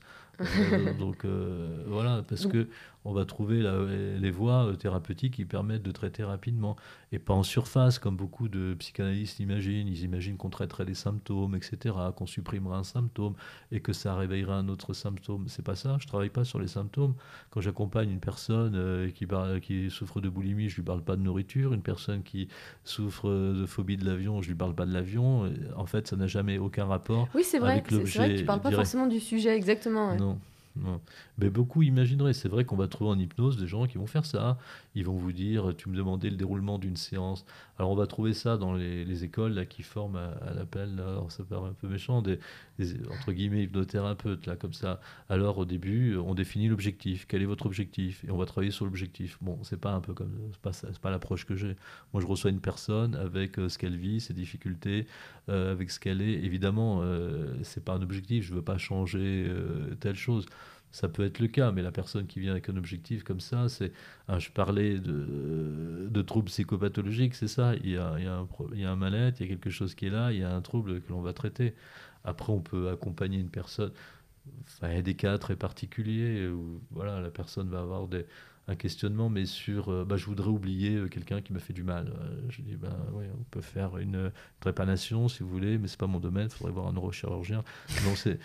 Speaker 2: Voilà, parce que on va trouver les voies thérapeutiques qui permettent de traiter rapidement et pas en surface comme beaucoup de psychanalystes imaginent. Ils imaginent qu'on traiterait des symptômes, etc., qu'on supprimerait un symptôme et que ça réveillerait un autre symptôme. C'est pas ça. Je travaille pas sur les symptômes. Quand j'accompagne une personne qui souffre de boulimie, je lui parle pas de nourriture. Une personne qui souffre de phobie de l'avion, je lui parle pas de l'avion. En fait, ça n'a jamais aucun rapport
Speaker 3: Oui, c'est vrai.
Speaker 2: avec
Speaker 3: C'est vrai que tu
Speaker 2: l'objet
Speaker 3: parles pas
Speaker 2: direct.
Speaker 3: forcément du sujet exactement. Ouais.
Speaker 2: Non, non. Mais beaucoup imagineraient. C'est vrai qu'on va trouver en hypnose des gens qui vont faire ça. Ils vont vous dire, tu me demandais le déroulement d'une séance. Alors on va trouver ça dans les écoles là, qui forment à l'appel, là, alors ça paraît un peu méchant, entre guillemets hypnothérapeutes, là, comme ça. Alors au début, on définit l'objectif. Quel est votre objectif? Et on va travailler sur l'objectif. Bon, c'est pas un peu comme, c'est pas l'approche que j'ai. Moi, je reçois une personne avec ce qu'elle vit, ses difficultés, avec ce qu'elle est. Évidemment, c'est pas un objectif. Je veux pas changer telle chose. Ça peut être le cas, mais la personne qui vient avec un objectif comme ça, je parlais de troubles psychopathologiques, c'est ça. Il y a un mal-être, il y a quelque chose qui est là, il y a un trouble que l'on va traiter. Après, on peut accompagner une personne. Enfin, il y a des cas très particuliers où voilà, la personne va avoir un questionnement, mais sur je voudrais oublier quelqu'un qui m'a fait du mal. Je dis ouais, on peut faire une trépanation si vous voulez, mais c'est pas mon domaine, il faudrait voir un neurochirurgien. Non, c'est.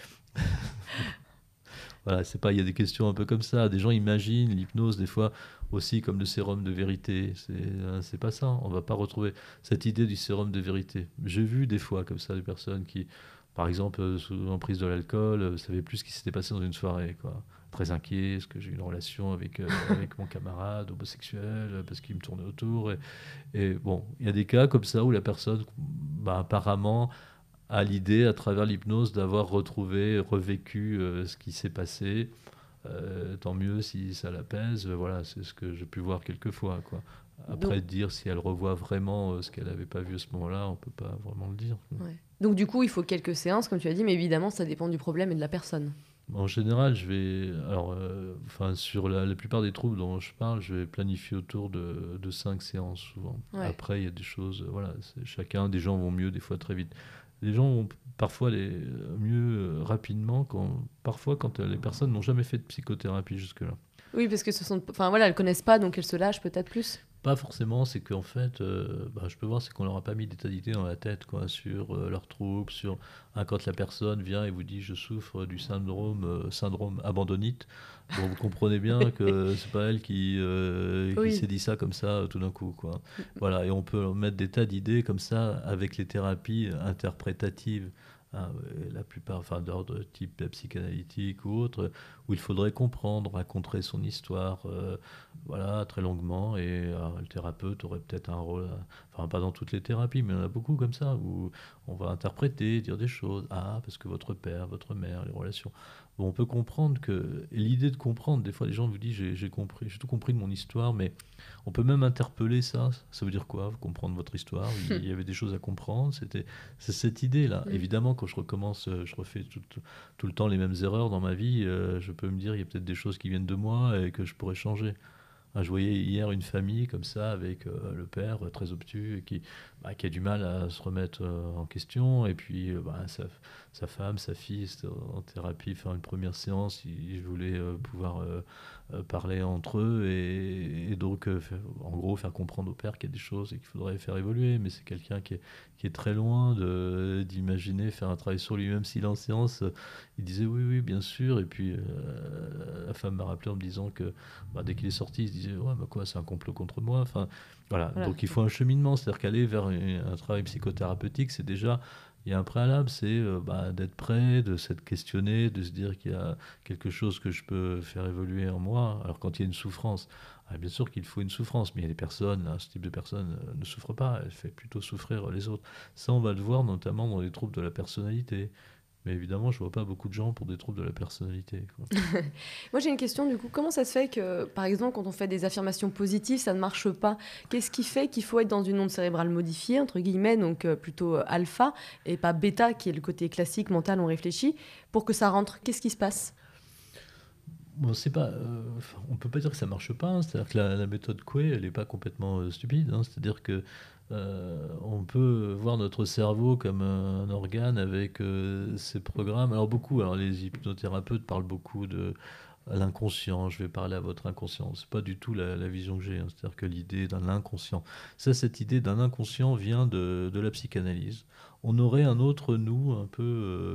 Speaker 2: Voilà, c'est pas, il y a des questions un peu comme ça. Des gens imaginent l'hypnose des fois aussi comme le sérum de vérité. C'est pas ça. On va pas retrouver cette idée du sérum de vérité. J'ai vu des fois comme ça des personnes qui, par exemple, sous l'emprise de l'alcool, savaient plus ce qui s'était passé dans une soirée, quoi. Très inquiet, est-ce que j'ai eu une relation avec mon camarade homosexuel, parce qu'il me tournait autour. Et bon, il y a des cas comme ça où la personne, apparemment, a l'idée, à travers l'hypnose, d'avoir retrouvé, revécu ce qui s'est passé. Tant mieux si ça l'apaise. Voilà, c'est ce que j'ai pu voir quelques fois, quoi. Après,
Speaker 3: Donc,
Speaker 2: dire si elle revoit vraiment ce qu'elle n'avait pas vu à ce moment-là, on ne peut pas vraiment le dire.
Speaker 3: ouais. Donc du coup, il faut quelques séances, comme tu as dit, mais évidemment, ça dépend du problème et de la personne.
Speaker 2: En général, je vais. Alors, sur la plupart des troubles dont je parle, je vais planifier autour de 5 séances souvent.
Speaker 3: Ouais.
Speaker 2: Après, il y a des choses. Voilà, chacun, des gens vont mieux, des fois très vite. Les gens vont parfois mieux rapidement, parfois quand les personnes n'ont jamais fait de psychothérapie jusque-là.
Speaker 3: Oui, parce que enfin voilà, elles connaissent pas, donc elles se lâchent peut-être plus.
Speaker 2: Pas forcément, c'est qu'en fait, je peux voir, c'est qu'on leur a pas mis d'état d'idée dans la tête, quoi, sur leurs troubles, quand la personne vient et vous dit je souffre du syndrome abandonnite. Bon, vous comprenez bien que c'est pas elle qui
Speaker 3: Oui.
Speaker 2: s'est dit ça comme ça tout d'un coup, quoi. Voilà, et on peut leur mettre des tas d'idées comme ça avec les thérapies interprétatives. Hein, la plupart, enfin, d'ordre type psychanalytique ou autre, où il faudrait comprendre, raconter son histoire, voilà, très longuement, et le thérapeute aurait peut-être un rôle, enfin pas dans toutes les thérapies, mais il y en a beaucoup comme ça, où on va interpréter, dire des choses, parce que votre père, votre mère, les relations. Bon, on peut comprendre et l'idée de comprendre, des fois les gens vous disent j'ai compris, j'ai tout compris de mon histoire, mais on peut même interpeller ça. Ça veut dire quoi? Comprendre votre histoire? Il y avait des choses à comprendre. C'est cette idée-là. Évidemment, quand je recommence, je refais tout le temps les mêmes erreurs dans ma vie. Je peux me dire, il y a peut-être des choses qui viennent de moi et que je pourrais changer. Je voyais hier une famille comme ça avec le père très obtus et qui a du mal à se remettre en question, et puis sa femme, sa fille, c'était en thérapie, faire une première séance, ils voulaient pouvoir parler entre eux et donc en gros faire comprendre au père qu'il y a des choses et qu'il faudrait faire évoluer, mais c'est quelqu'un qui est très loin d'imaginer faire un travail sur lui-même. S'il est en séance, il disait oui bien sûr, et puis la femme m'a rappelé en me disant que dès qu'il est sorti, il se disait ouais quoi, c'est un complot contre moi. Enfin voilà, donc il faut un cheminement, c'est-à-dire qu'aller vers un travail psychothérapeutique, c'est déjà, il y a un préalable, c'est d'être prêt, de s'être questionné, de se dire qu'il y a quelque chose que je peux faire évoluer en moi. Alors quand il y a une souffrance, bien sûr qu'il faut une souffrance, mais il y a des personnes, ce type de personnes ne souffre pas, elle fait plutôt souffrir les autres. Ça, on va le voir notamment dans les troubles de la personnalité. Mais évidemment, je vois pas beaucoup de gens pour des troubles de la personnalité, quoi.
Speaker 3: Moi, j'ai une question, du coup. Comment ça se fait que, par exemple, quand on fait des affirmations positives, ça ne marche pas? Qu'est-ce qui fait qu'il faut être dans une onde cérébrale modifiée, entre guillemets, donc plutôt alpha, et pas bêta, qui est le côté classique, mental, on réfléchit, pour que ça rentre? Qu'est-ce qui se passe?
Speaker 2: Bon, c'est pas, on peut pas dire que ça marche pas, hein. C'est-à-dire que la méthode Coué, elle est pas complètement stupide, hein. C'est-à-dire que on peut voir notre cerveau comme un organe avec ses programmes. Alors les hypnothérapeutes parlent beaucoup de l'inconscient. Je vais parler à votre inconscient. C'est pas du tout la vision que j'ai, hein. C'est-à-dire que l'idée d'un inconscient. Cette idée d'un inconscient vient de la psychanalyse. On aurait un autre nous un peu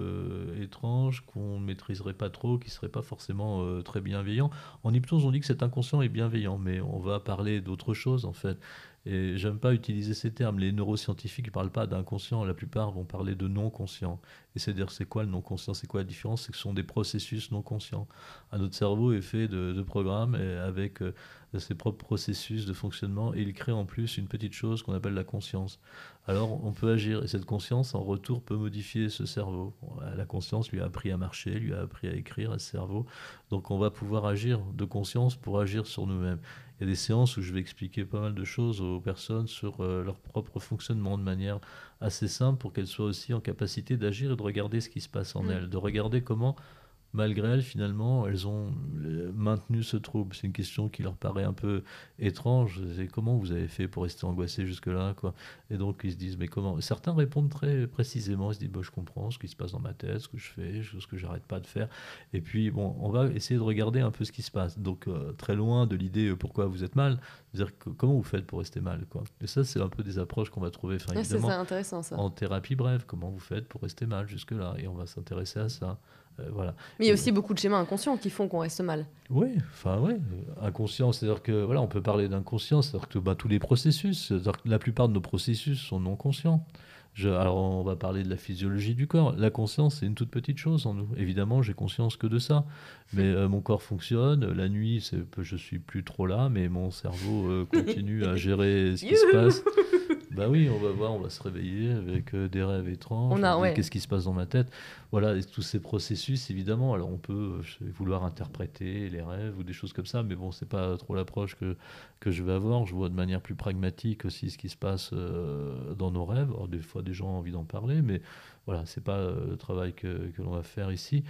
Speaker 2: étrange qu'on ne maîtriserait pas trop, qui serait pas forcément très bienveillant. En hypnose, on dit que cet inconscient est bienveillant, mais on va parler d'autre chose en fait. Et j'aime pas utiliser ces termes. Les neuroscientifiques ne parlent pas d'inconscient, la plupart vont parler de non-conscient. Et c'est-à-dire, c'est quoi le non-conscient? C'est quoi la différence? C'est que ce sont des processus non conscients. Notre cerveau est fait de programmes et avec ses propres processus de fonctionnement, et il crée en plus une petite chose qu'on appelle la conscience. Alors on peut agir, et cette conscience en retour peut modifier ce cerveau. La conscience lui a appris à marcher, lui a appris à écrire à ce cerveau. Donc on va pouvoir agir de conscience pour agir sur nous-mêmes. Il y a des séances où je vais expliquer pas mal de choses aux personnes sur leur propre fonctionnement de manière assez simple, pour qu'elles soient aussi en capacité d'agir et de regarder ce qui se passe en elles, de regarder comment, malgré elles, finalement, elles ont maintenu ce trouble. C'est une question qui leur paraît un peu étrange. C'est comment vous avez fait pour rester angoissé jusque-là, quoi. Et donc, ils se disent, mais comment? Certains répondent très précisément. Ils se disent, bah, je comprends ce qui se passe dans ma tête, ce que je fais, ce que j'arrête pas de faire. Et puis, bon, on va essayer de regarder un peu ce qui se passe. Donc, très loin de l'idée pourquoi vous êtes mal, c'est-à-dire comment vous faites pour rester mal, quoi. Et ça, c'est un peu des approches qu'on va trouver, enfin,
Speaker 3: C'est
Speaker 2: évidemment,
Speaker 3: ça, intéressant, ça.
Speaker 2: en thérapie brève. Comment vous faites pour rester mal jusque-là? Et on va s'intéresser à ça. Voilà.
Speaker 3: Mais il y a aussi beaucoup de schémas inconscients qui font qu'on reste mal.
Speaker 2: Oui, enfin ouais, inconscient, c'est-à-dire que voilà, on peut parler d'inconscient, c'est-à-dire que tous les processus, c'est-à-dire que la plupart de nos processus sont non conscients. Alors on va parler de la physiologie du corps. La conscience, c'est une toute petite chose en nous. Évidemment, j'ai conscience que de ça, mais mon corps fonctionne. La nuit, je suis plus trop là, mais mon cerveau continue à gérer ce qui se passe. Bah oui, on va voir, on va se réveiller avec des rêves étranges. Qu'est-ce qui se passe dans ma tête? Voilà, et tous ces processus, évidemment. Alors on peut vouloir interpréter les rêves ou des choses comme ça, mais bon, c'est pas trop l'approche que je vais avoir. Je vois de manière plus pragmatique aussi ce qui se passe dans nos rêves. Alors, des fois, des gens ont envie d'en parler, mais voilà, c'est pas le travail que l'on va faire ici.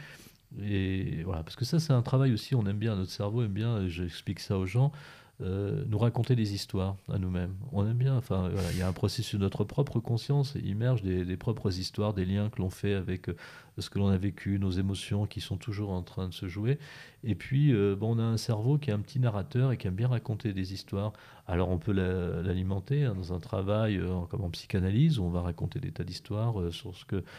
Speaker 2: Et voilà, parce que ça, c'est un travail aussi, on aime bien, notre cerveau aime bien, et j'explique ça aux gens, nous raconter des histoires à nous-mêmes. On aime bien, enfin, voilà, il y a un processus de notre propre conscience, il immerge des propres histoires, des liens que l'on fait avec ce que l'on a vécu, nos émotions qui sont toujours en train de se jouer. Et puis, on a un cerveau qui est un petit narrateur et qui aime bien raconter des histoires. Alors, on peut l'alimenter dans un travail comme en psychanalyse, où on va raconter des tas d'histoires sur ce que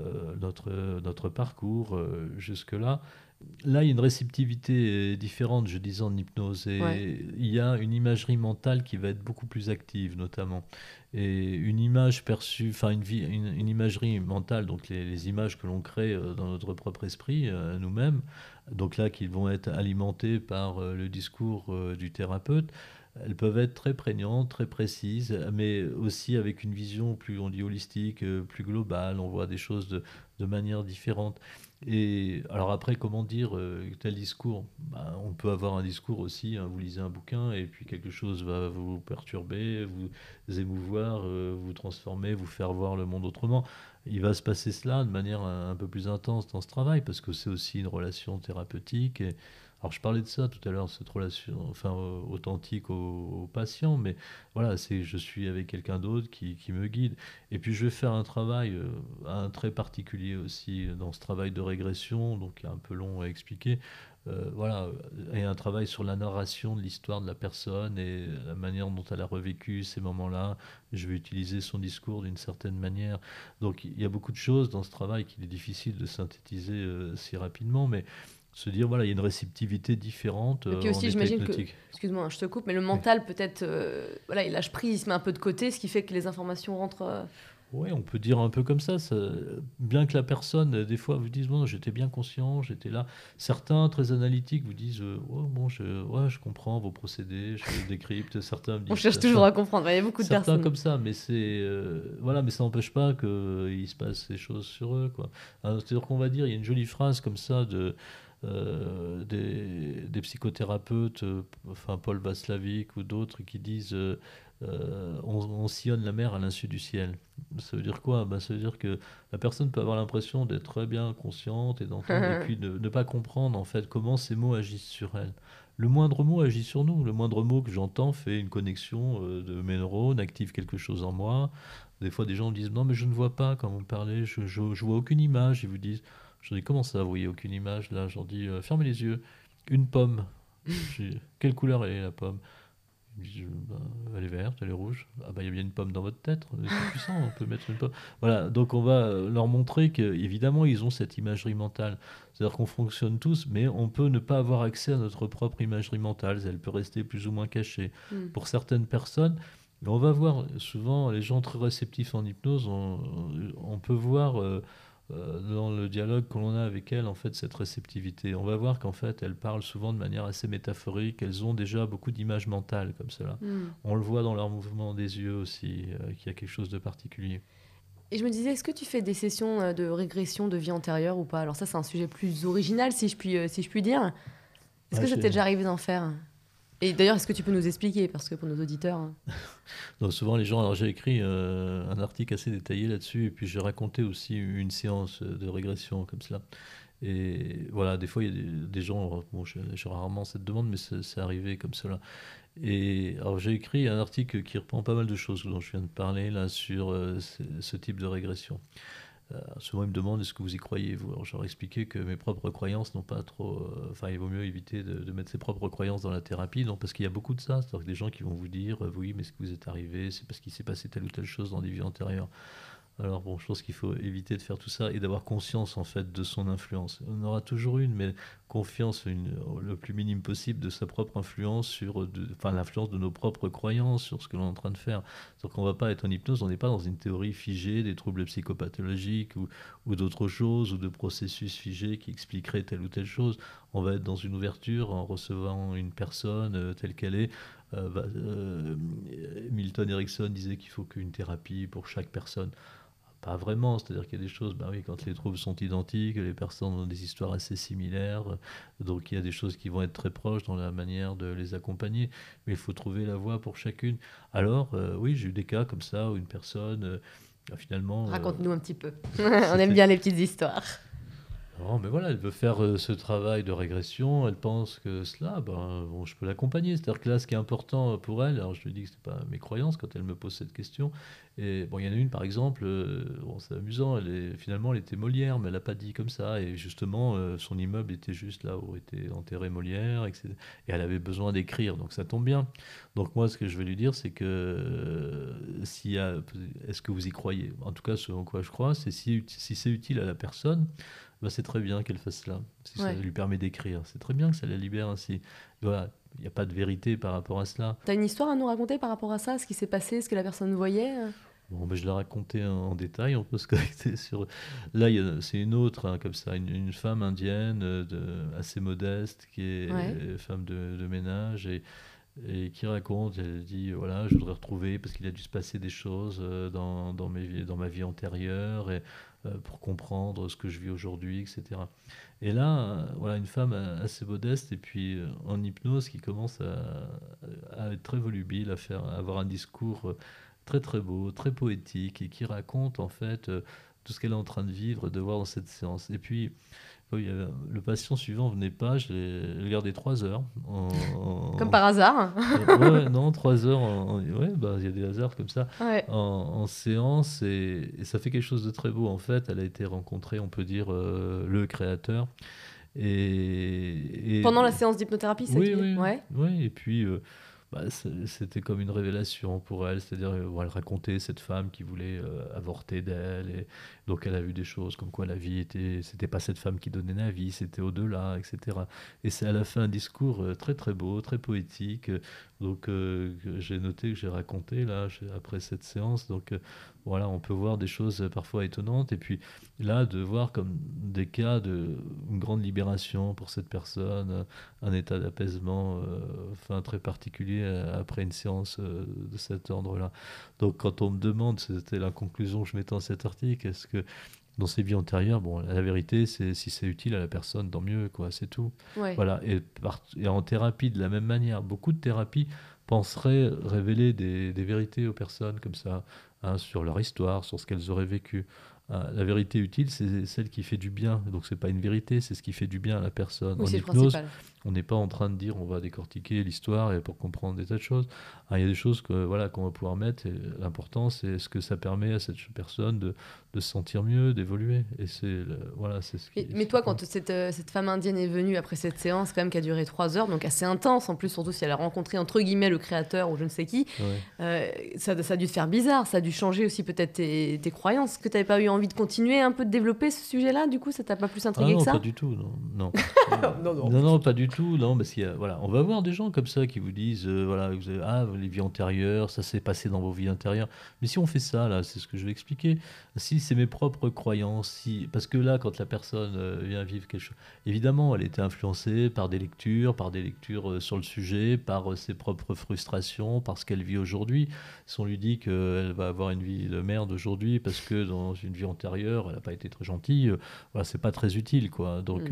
Speaker 2: notre parcours jusque-là. Là, il y a une réceptivité différente, je disais, en hypnose. Et il y a une imagerie mentale qui va être beaucoup plus active, notamment. Et une image perçue, enfin une imagerie mentale, donc les images que l'on crée dans notre propre esprit, nous-mêmes, donc là, qui vont être alimentées par le discours du thérapeute. Elles peuvent être très prégnantes, très précises, mais aussi avec une vision plus, on dit, holistique, plus globale. On voit des choses de manière différente. Et alors après, comment dire tel discours? On peut avoir un discours aussi, hein, vous lisez un bouquin et puis quelque chose va vous perturber, vous émouvoir, vous transformer, vous faire voir le monde autrement. Il va se passer cela de manière un peu plus intense dans ce travail, parce que c'est aussi une relation thérapeutique. Alors je parlais de ça tout à l'heure, cette relation authentique au patient, mais voilà, je suis avec quelqu'un d'autre qui me guide. Et puis je vais faire un travail un très particulier aussi dans ce travail de régression, donc qui est un peu long à expliquer. Voilà, et un travail sur la narration de l'histoire de la personne et la manière dont elle a revécu ces moments-là. Je vais utiliser son discours d'une certaine manière. Donc il y a beaucoup de choses dans ce travail qu'il est difficile de synthétiser si rapidement, mais se dire, voilà, il y a une réceptivité différente.
Speaker 3: Et puis aussi, j'imagine que, excuse-moi, je te coupe, mais le mental peut-être, voilà, il lâche prise, il se met un peu de côté, ce qui fait que les informations rentrent
Speaker 2: Ouais, on peut dire un peu comme ça, bien que la personne, des fois, vous dise, bon, j'étais bien conscient, j'étais là. Certains, très analytiques, vous disent, oh, bon, ouais, je comprends vos procédés, je décrypte. Certains me
Speaker 3: On
Speaker 2: disent
Speaker 3: cherche toujours à comprendre. Il y a beaucoup de
Speaker 2: certains
Speaker 3: personnes.
Speaker 2: comme ça, mais voilà, mais ça n'empêche pas qu'il se passe des choses sur eux, quoi. C'est-à-dire qu'on va dire, il y a une jolie phrase comme ça des psychothérapeutes, enfin Paul Václavic ou d'autres, qui disent on sillonne la mer à l'insu du ciel. Ça veut dire quoi? Ça veut dire que la personne peut avoir l'impression d'être très bien consciente et d'entendre, et puis ne pas comprendre en fait comment ces mots agissent sur elle. Le moindre mot agit sur nous. Le moindre mot que j'entends fait une connexion de mes neurones, active quelque chose en moi. Des fois, des gens me disent non, mais je ne vois pas quand vous me parlez, je vois aucune image. Ils vous disent, je dis comment ça, vous voyez aucune image là? Je leur dis fermez les yeux. Une pomme. Quelle couleur elle est la pomme? Ils me disent, bah, elle est verte, elle est rouge. Ah bah il y a bien une pomme dans votre tête. C'est puissant, on peut mettre une pomme. Voilà, donc on va leur montrer qu'évidemment ils ont cette imagerie mentale. C'est-à-dire qu'on fonctionne tous, mais on peut ne pas avoir accès à notre propre imagerie mentale. Elle peut rester plus ou moins cachée.
Speaker 3: Mm.
Speaker 2: Pour certaines personnes, on va voir souvent les gens très réceptifs en hypnose, on peut voir dans le dialogue que l'on a avec elles, en fait, cette réceptivité. On va voir qu'en fait, elles parlent souvent de manière assez métaphorique, elles ont déjà beaucoup d'images mentales comme cela.
Speaker 3: Mm.
Speaker 2: On le voit dans leur mouvement des yeux aussi, qu'il y a quelque chose de particulier.
Speaker 3: Et je me disais, est-ce que tu fais des sessions de régression de vie antérieure ou pas? Alors ça, c'est un sujet plus original, si je puis dire. Est-ce
Speaker 2: Ouais,
Speaker 3: que ça t'est déjà arrivé d'en faire? Et d'ailleurs, est-ce que tu peux nous expliquer? Parce que pour nos auditeurs...
Speaker 2: Donc souvent les gens, alors j'ai écrit un article assez détaillé là-dessus, et puis j'ai raconté aussi une séance de régression comme cela. Et voilà, des fois il y a des gens, bon, j'ai rarement cette demande, mais c'est arrivé comme cela. Et alors j'ai écrit un article qui reprend pas mal de choses dont je viens de parler là sur ce type de régression. Souvent ils me demandent est-ce que vous y croyez vous. Alors je leur ai expliqué que mes propres croyances n'ont pas trop, enfin il vaut mieux éviter de mettre ses propres croyances dans la thérapie, non, parce qu'il y a beaucoup de ça, c'est-à-dire que des gens qui vont vous dire oui mais ce que vous êtes arrivé c'est parce qu'il s'est passé telle ou telle chose dans des vies antérieures. Alors bon, je pense qu'il faut éviter de faire tout ça et d'avoir conscience en fait de son influence. On aura toujours une, mais confiance le plus minime possible de sa propre influence enfin l'influence de nos propres croyances sur ce que l'on est en train de faire. C'est-à-dire qu'on ne va pas être en hypnose, on n'est pas dans une théorie figée des troubles psychopathologiques ou d'autres choses ou de processus figés qui expliqueraient telle ou telle chose. On va être dans une ouverture en recevant une personne telle qu'elle est. Milton Erickson disait qu'il faut qu'une thérapie pour chaque personne. Pas vraiment, c'est-à-dire qu'il y a des choses, ben oui, quand les troubles sont identiques, les personnes ont des histoires assez similaires, donc il y a des choses qui vont être très proches dans la manière de les accompagner, mais il faut trouver la voie pour chacune. Alors, oui, j'ai eu des cas comme ça où une personne, finalement...
Speaker 3: Raconte-nous un petit peu. On aime bien les petites histoires.
Speaker 2: Non, mais voilà, elle veut faire ce travail de régression, elle pense que cela, bon, je peux l'accompagner. C'est-à-dire que là, ce qui est important pour elle, alors je lui dis que ce n'est pas mes croyances quand elle me pose cette question. Et bon, il y en a une, par exemple, bon, c'est amusant, finalement, elle était Molière, mais elle n'a pas dit comme ça. Et justement, son immeuble était juste là où était enterré Molière, etc. Et elle avait besoin d'écrire, donc ça tombe bien. Donc moi, ce que je vais lui dire, c'est que est-ce que vous y croyez? En tout cas, ce en quoi je crois, c'est si c'est utile à la personne, c'est très bien qu'elle fasse cela, si ça lui permet d'écrire. C'est très bien que ça la libère ainsi. Voilà, il n'y a pas de vérité par rapport à cela.
Speaker 3: T'as une histoire à nous raconter par rapport à ça, ce qui s'est passé, ce que la personne voyait?
Speaker 2: Bon, je l'ai raconté en détail, on peut se connecter sur... Là, c'est une autre, hein, comme ça, une femme indienne assez modeste, qui est femme de ménage, et qui raconte, elle dit, voilà, je voudrais retrouver, parce qu'il a dû se passer des choses dans ma vie antérieure, et pour comprendre ce que je vis aujourd'hui, etc. Et là, voilà, une femme assez modeste, et puis en hypnose, qui commence à être très volubile, à avoir un discours très très beau, très poétique, et qui raconte en fait tout ce qu'elle est en train de vivre, de voir dans cette séance. Et puis, oui, le patient suivant venait pas, je l'ai gardé 3 heures.
Speaker 3: Comme par hasard.
Speaker 2: Ouais, non, 3 heures. Ouais, il y a des hasards comme ça.
Speaker 3: Ouais.
Speaker 2: En séance, et ça fait quelque chose de très beau. En fait, elle a été rencontrée, on peut dire, le créateur. Et
Speaker 3: Pendant la séance d'hypnothérapie, c'est
Speaker 2: oui,
Speaker 3: qui?
Speaker 2: oui,
Speaker 3: Ouais.
Speaker 2: oui. Et puis, C'était comme une révélation pour elle, c'est-à-dire elle racontait cette femme qui voulait avorter d'elle, et donc elle a vu des choses comme quoi la vie c'était pas cette femme qui donnait la vie, c'était au-delà, etc. Et elle a fait un discours très très beau, très poétique, que j'ai noté, que j'ai raconté là après cette séance. Donc voilà, on peut voir des choses parfois étonnantes, et puis là de voir comme des cas de une grande libération pour cette personne, un état d'apaisement très particulier après une séance de cet ordre-là. Donc quand on me demande, c'était la conclusion que je mettais dans cet article, est-ce que dans ses vies antérieures, bon, la vérité, c'est si c'est utile à la personne, tant mieux, quoi, c'est tout.
Speaker 3: Ouais.
Speaker 2: Voilà. Et en thérapie, de la même manière, beaucoup de thérapies penseraient révéler des vérités aux personnes comme ça, hein, sur leur histoire, sur ce qu'elles auraient vécu. La vérité utile, c'est celle qui fait du bien. Donc c'est pas une vérité, c'est ce qui fait du bien à la personne.
Speaker 3: Oui,
Speaker 2: En
Speaker 3: c'est le
Speaker 2: hypnose,
Speaker 3: principal.
Speaker 2: on n'est pas en train de dire on va décortiquer l'histoire et pour comprendre des tas de choses. Il y a des choses qu'on va pouvoir mettre, et l'important c'est ce que ça permet à cette personne de se sentir mieux, d'évoluer. Et c'est ce qui.
Speaker 3: Mais toi, quand cette femme indienne est venue après cette séance, quand même, qui a duré 3 heures, donc assez intense, en plus, surtout si elle a rencontré, entre guillemets, le créateur ou je ne sais qui, ça a dû te faire bizarre, ça a dû changer aussi peut-être tes croyances. Est-ce que tu n'avais pas eu envie de continuer un peu de développer ce sujet-là, du coup, ça t'a pas plus intrigué
Speaker 2: non,
Speaker 3: que ça?
Speaker 2: pas du tout, non.
Speaker 3: Non.
Speaker 2: Non, pas du tout, non, parce on va voir des gens comme ça qui vous disent, les vies antérieures, ça s'est passé dans vos vies antérieures. Mais si on fait ça, là, c'est ce que je vais expliquer. Si c'est mes propres croyances, parce que là, quand la personne vient vivre quelque chose, évidemment, elle était influencée par des lectures sur le sujet, par ses propres frustrations, par ce qu'elle vit aujourd'hui. Si on lui dit qu'elle va avoir une vie de merde aujourd'hui parce que dans une vie antérieure, elle n'a pas été très gentille, c'est pas très utile, quoi. Donc,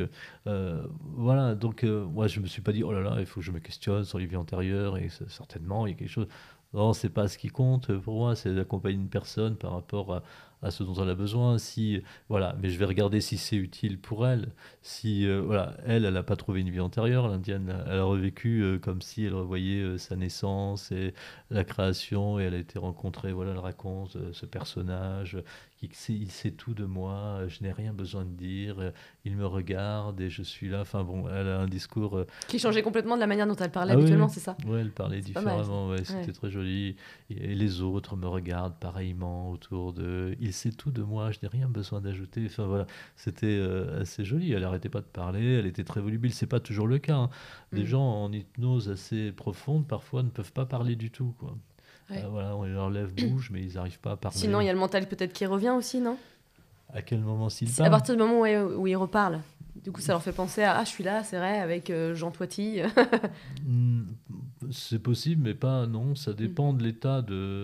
Speaker 2: moi, je me suis pas dit, oh là là, il faut que je me questionne sur les vies antérieures, et certainement, il y a quelque chose. Non, c'est pas ce qui compte pour moi, c'est d'accompagner une personne par rapport à ce dont elle a besoin. Mais je vais regarder si c'est utile pour elle. Si, elle n'a pas trouvé une vie antérieure, l'Indienne, elle a revécu comme si elle revoyait sa naissance et la création, et elle a été rencontrée, elle raconte ce personnage il sait tout de moi, je n'ai rien besoin de dire, il me regarde et je suis là. Enfin bon, elle a un discours.
Speaker 3: Qui changeait complètement de la manière dont elle parlait
Speaker 2: Ah oui,
Speaker 3: habituellement, c'est ça?
Speaker 2: ouais, elle parlait
Speaker 3: C'est pas mal,
Speaker 2: différemment,
Speaker 3: ça.
Speaker 2: c'était
Speaker 3: Ouais.
Speaker 2: très joli. Et les autres me regardent pareillement autour d'eux. Il sait tout de moi, je n'ai rien besoin d'ajouter. Enfin voilà, c'était assez joli. Elle n'arrêtait pas de parler, elle était très volubile. C'est pas toujours le cas, hein. Des gens en hypnose assez profonde parfois ne peuvent pas parler du tout, quoi.
Speaker 3: Ouais.
Speaker 2: Leurs lèvres bougent, mais ils n'arrivent pas à parler.
Speaker 3: Sinon, il y a le mental peut-être qui revient aussi, non?
Speaker 2: À quel moment s'ils
Speaker 3: À
Speaker 2: parlent?
Speaker 3: partir du moment où ils reparlent. Du coup, ça leur fait penser à je suis là, c'est vrai, avec Jean Toiti.
Speaker 2: C'est possible, mais pas, non. Ça dépend de l'état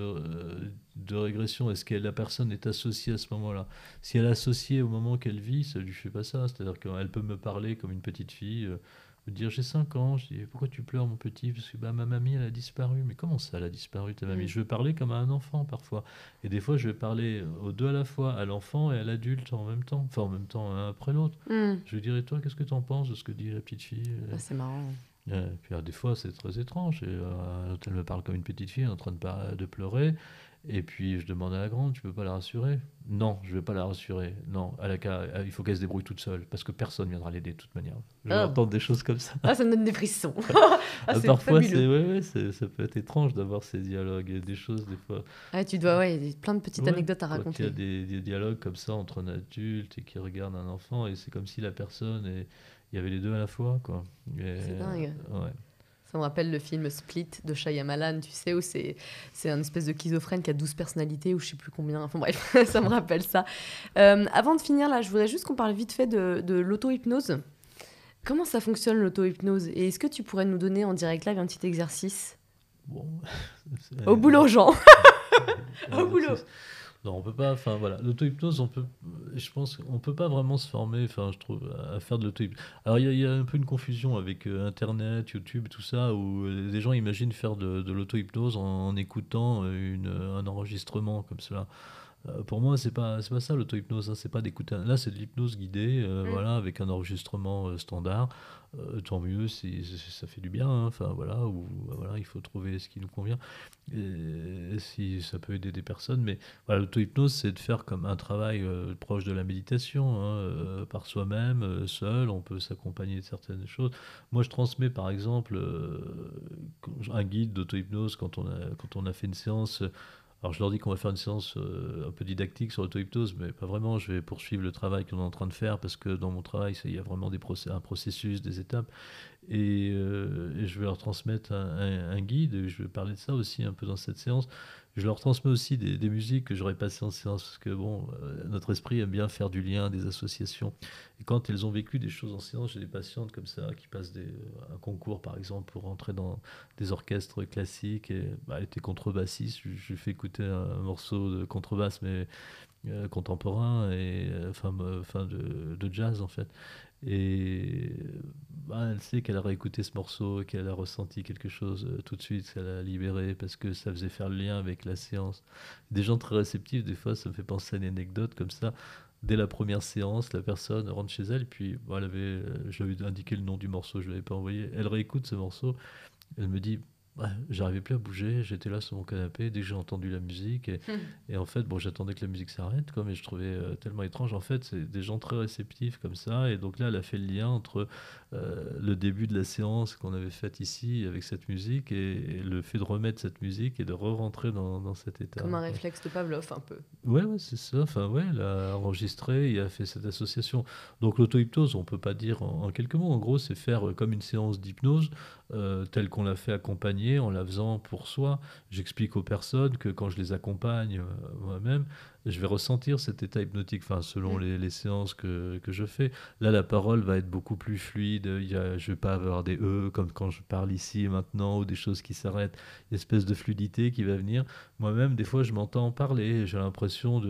Speaker 2: de régression. Est-ce que la personne est associée à ce moment-là? Si elle est associée au moment qu'elle vit, ça lui fait pas ça. C'est-à-dire qu'elle peut me parler comme une petite fille, me dire j'ai 5 ans. Je dis pourquoi tu pleures, mon petit? Parce que ma mamie, elle a disparu. Mais comment ça, elle a disparu, ta mamie? Je veux parler comme à un enfant parfois. Et des fois, je vais parler aux deux à la fois, à l'enfant et à l'adulte en même temps. Enfin, en même temps, l'un après l'autre. Je lui dirais, toi, qu'est-ce que tu en penses de ce que dit la petite fille?
Speaker 3: C'est marrant.
Speaker 2: Puis des fois, c'est très étrange. Elle me parle comme une petite fille en train de pleurer. Et puis je demande à la grande, tu peux pas la rassurer? Non, je vais pas la rassurer. Non, il faut qu'elle se débrouille toute seule, parce que personne viendra l'aider de toute manière. Je vais entendre des choses comme ça.
Speaker 3: Ah, ça me donne des frissons. C'est
Speaker 2: parfois,
Speaker 3: fabuleux.
Speaker 2: ça peut être étrange d'avoir ces dialogues. Il y a des choses, des fois.
Speaker 3: Il y a plein de petites anecdotes à raconter.
Speaker 2: Il y a des dialogues comme ça entre un adulte et qui regarde un enfant, et c'est comme si la personne il y avait les deux à la fois, quoi.
Speaker 3: C'est dingue.
Speaker 2: Ouais.
Speaker 3: Ça me rappelle le film Split de Shyamalan, tu sais, où c'est un espèce de schizophrène qui a 12 personnalités, ou je sais plus combien. Enfin bref, ça me rappelle ça. Avant de finir, là, je voudrais juste qu'on parle vite fait de l'auto-hypnose. Comment ça fonctionne, l'auto-hypnose? Et est-ce que tu pourrais nous donner en direct live un petit exercice?
Speaker 2: Bon.
Speaker 3: Au boulot, Jean. Au boulot.
Speaker 2: Non, on peut pas. Enfin voilà, l'auto-hypnose, je pense qu'on peut pas vraiment se former. Enfin, je trouve, à faire de l'auto-hypnose. Alors il y a un peu une confusion avec Internet, YouTube, tout ça, où les gens imaginent faire de l'auto-hypnose en écoutant un enregistrement comme cela. Pour moi, c'est pas ça l'auto-hypnose, hein, c'est pas d'écouter. Là, c'est de l'hypnose guidée, voilà, avec un enregistrement standard. Tant mieux si ça fait du bien, hein, enfin voilà, ou voilà, il faut trouver ce qui nous convient. Et si ça peut aider des personnes, mais voilà, l'auto-hypnose, c'est de faire comme un travail proche de la méditation, hein, par soi-même, seul, on peut s'accompagner de certaines choses. Moi, je transmets par exemple un guide d'auto-hypnose quand on a fait une séance. Alors je leur dis qu'on va faire une séance un peu didactique sur l'auto-hypnose, mais pas vraiment. Je vais poursuivre le travail qu'on est en train de faire parce que dans mon travail, il y a vraiment un processus, des étapes. Et je vais leur transmettre un guide. Et je vais parler de ça aussi un peu dans cette séance. Je leur transmets aussi des musiques que j'aurais passées en séance parce que bon, notre esprit aime bien faire du lien, des associations. Et quand elles ont vécu des choses en séance, j'ai des patientes comme ça qui passent un concours par exemple pour rentrer dans des orchestres classiques. Et bah, elle était contrebassiste. Je lui fais écouter un morceau de contrebasse, mais contemporain et enfin de jazz en fait. Et bah, elle sait qu'elle a réécouté ce morceau, qu'elle a ressenti quelque chose tout de suite, qu'elle a libéré parce que ça faisait faire le lien avec la séance. Des gens très réceptifs, des fois, ça me fait penser à une anecdote comme ça. Dès la première séance, la personne rentre chez elle, puis bon, je lui ai indiqué le nom du morceau, je ne l'avais pas envoyé. Elle réécoute ce morceau, elle me dit ouais, j'arrivais plus à bouger, j'étais là sur mon canapé dès que j'ai entendu la musique et en fait bon j'attendais que la musique s'arrête quoi, mais je trouvais tellement étrange en fait, c'est des gens très réceptifs comme ça et donc là elle a fait le lien entre le début de la séance qu'on avait faite ici avec cette musique et le fait de remettre cette musique et de re-rentrer dans cet état.
Speaker 3: Comme un réflexe de Pavlov un peu.
Speaker 2: Ouais, c'est ça. Enfin, ouais, elle a enregistré, il a fait cette association. Donc, l'auto-hypnose, on peut pas dire en quelques mots. En gros, c'est faire comme une séance d'hypnose, telle qu'on l'a fait accompagner, en la faisant pour soi. J'explique aux personnes que quand je les accompagne moi-même, je vais ressentir cet état hypnotique, enfin, selon les séances que je fais. Là, la parole va être beaucoup plus fluide. Je vais pas avoir des E comme quand je parle ici et maintenant, ou des choses qui s'arrêtent. Une espèce de fluidité qui va venir. Moi-même, des fois, je m'entends parler, j'ai l'impression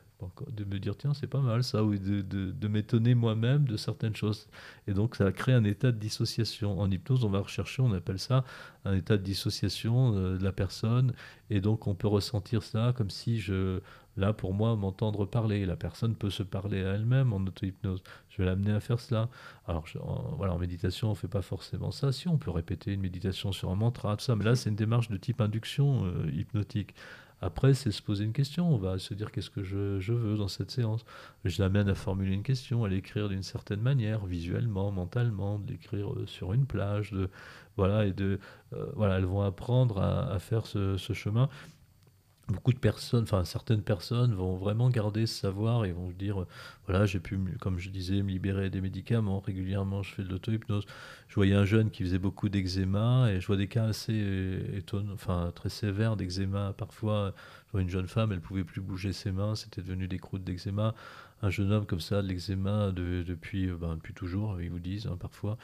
Speaker 2: de me dire, tiens, c'est pas mal ça, ou de m'étonner moi-même de certaines choses. Et donc, ça crée un état de dissociation. En hypnose, on va rechercher, on appelle ça un état de dissociation de la personne. Et donc, on peut ressentir ça comme si là, pour moi, m'entendre parler. La personne peut se parler à elle-même en auto-hypnose. Je vais l'amener à faire cela. Alors, voilà, en méditation, on ne fait pas forcément ça. Si, on peut répéter une méditation sur un mantra, tout ça. Mais là, c'est une démarche de type induction hypnotique. Après, c'est se poser une question. On va se dire qu'est-ce que je veux dans cette séance. Je l'amène à formuler une question, à l'écrire d'une certaine manière, visuellement, mentalement, de l'écrire sur une plage. Voilà, voilà, elles vont apprendre à faire ce chemin. Beaucoup de personnes, enfin certaines personnes vont vraiment garder ce savoir et vont se dire voilà, j'ai pu, comme je disais, me libérer des médicaments. Régulièrement, je fais de l'auto-hypnose. Je voyais un jeune qui faisait beaucoup d'eczéma et je vois des cas assez étonnants, enfin très sévères d'eczéma. Parfois, je vois une jeune femme, elle pouvait plus bouger ses mains, c'était devenu des croûtes d'eczéma. Un jeune homme comme ça, de l'eczéma depuis toujours, ils vous disent parfois.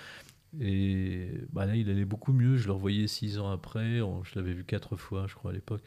Speaker 2: Et bah là, il allait beaucoup mieux. Je le revoyais 6 ans après. Je l'avais vu 4 fois, je crois, à l'époque.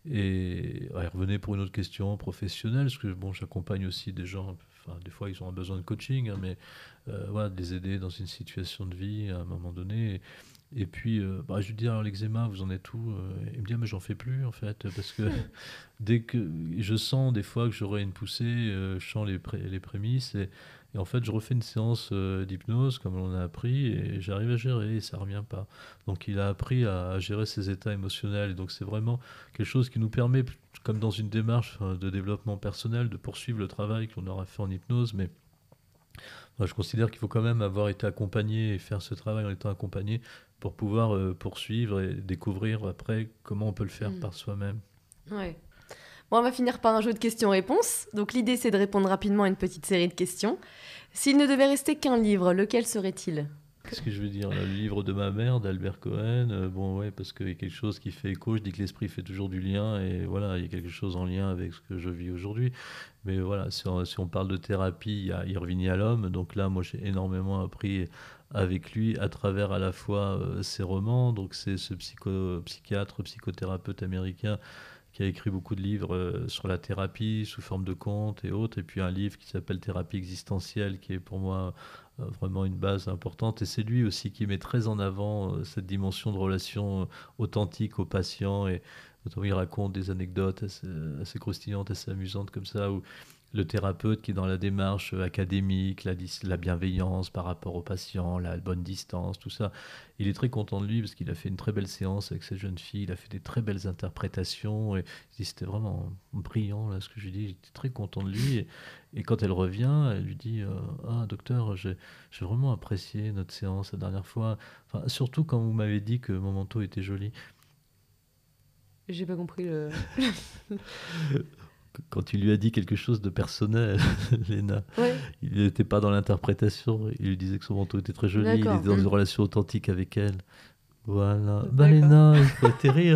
Speaker 2: Et ouais, il revenait pour une autre question professionnelle, parce que bon, j'accompagne aussi des gens. Enfin, des fois, ils ont un besoin de coaching, hein, mais voilà, de les aider dans une situation de vie à un moment donné. Et puis, je lui dis alors l'eczéma, vous en êtes où Il me dit ah, mais j'en fais plus en fait, parce que dès que je sens des fois que j'aurai une poussée, je sens les prémices et en fait je refais une séance d'hypnose comme on a appris et j'arrive à gérer et ça revient pas. Donc il a appris à gérer ses états émotionnels et donc c'est vraiment quelque chose qui nous permet, comme dans une démarche de développement personnel, de poursuivre le travail qu'on aura fait en hypnose, mais moi, je considère qu'il faut quand même avoir été accompagné et faire ce travail en étant accompagné pour pouvoir poursuivre et découvrir après comment on peut le faire par soi-même.
Speaker 3: Ouais. Bon, on va finir par un jeu de questions-réponses. Donc l'idée, c'est de répondre rapidement à une petite série de questions. S'il ne devait rester qu'un livre, lequel serait-il ?
Speaker 2: Qu'est-ce que je veux dire? Le livre de ma mère, d'Albert Cohen, bon ouais, parce qu'il y a quelque chose qui fait écho, je dis que l'esprit fait toujours du lien, et voilà, il y a quelque chose en lien avec ce que je vis aujourd'hui. Mais voilà, si on parle de thérapie, il y a Irving Yalom, donc là, moi j'ai énormément appris avec lui à travers à la fois ses romans, donc c'est ce psychiatre, psychothérapeute américain qui a écrit beaucoup de livres sur la thérapie sous forme de contes et autres, et puis un livre qui s'appelle Thérapie existentielle, qui est pour moi vraiment une base importante. Et c'est lui aussi qui met très en avant cette dimension de relation authentique aux patients, et notamment il raconte des anecdotes assez croustillantes, assez amusantes comme ça, où le thérapeute qui est dans la démarche académique, la bienveillance par rapport aux patients, la bonne distance, tout ça, il est très content de lui parce qu'il a fait une très belle séance avec cette jeune fille, il a fait des très belles interprétations, et il dit, c'était vraiment brillant là, ce que je lui dis, j'étais très content de lui. Et quand elle revient, elle lui dit ah docteur, j'ai vraiment apprécié notre séance la dernière fois, enfin, surtout quand vous m'avez dit que mon manteau était joli.
Speaker 3: J'ai pas compris le.
Speaker 2: Quand tu lui as dit quelque chose de personnel, Léna,
Speaker 3: Ouais,
Speaker 2: il n'était pas dans l'interprétation, il lui disait que son manteau était très joli, il
Speaker 3: d'accord.
Speaker 2: était dans une relation authentique avec elle. Voilà. Bah
Speaker 3: D'accord.
Speaker 2: Léna, il faut atterrir.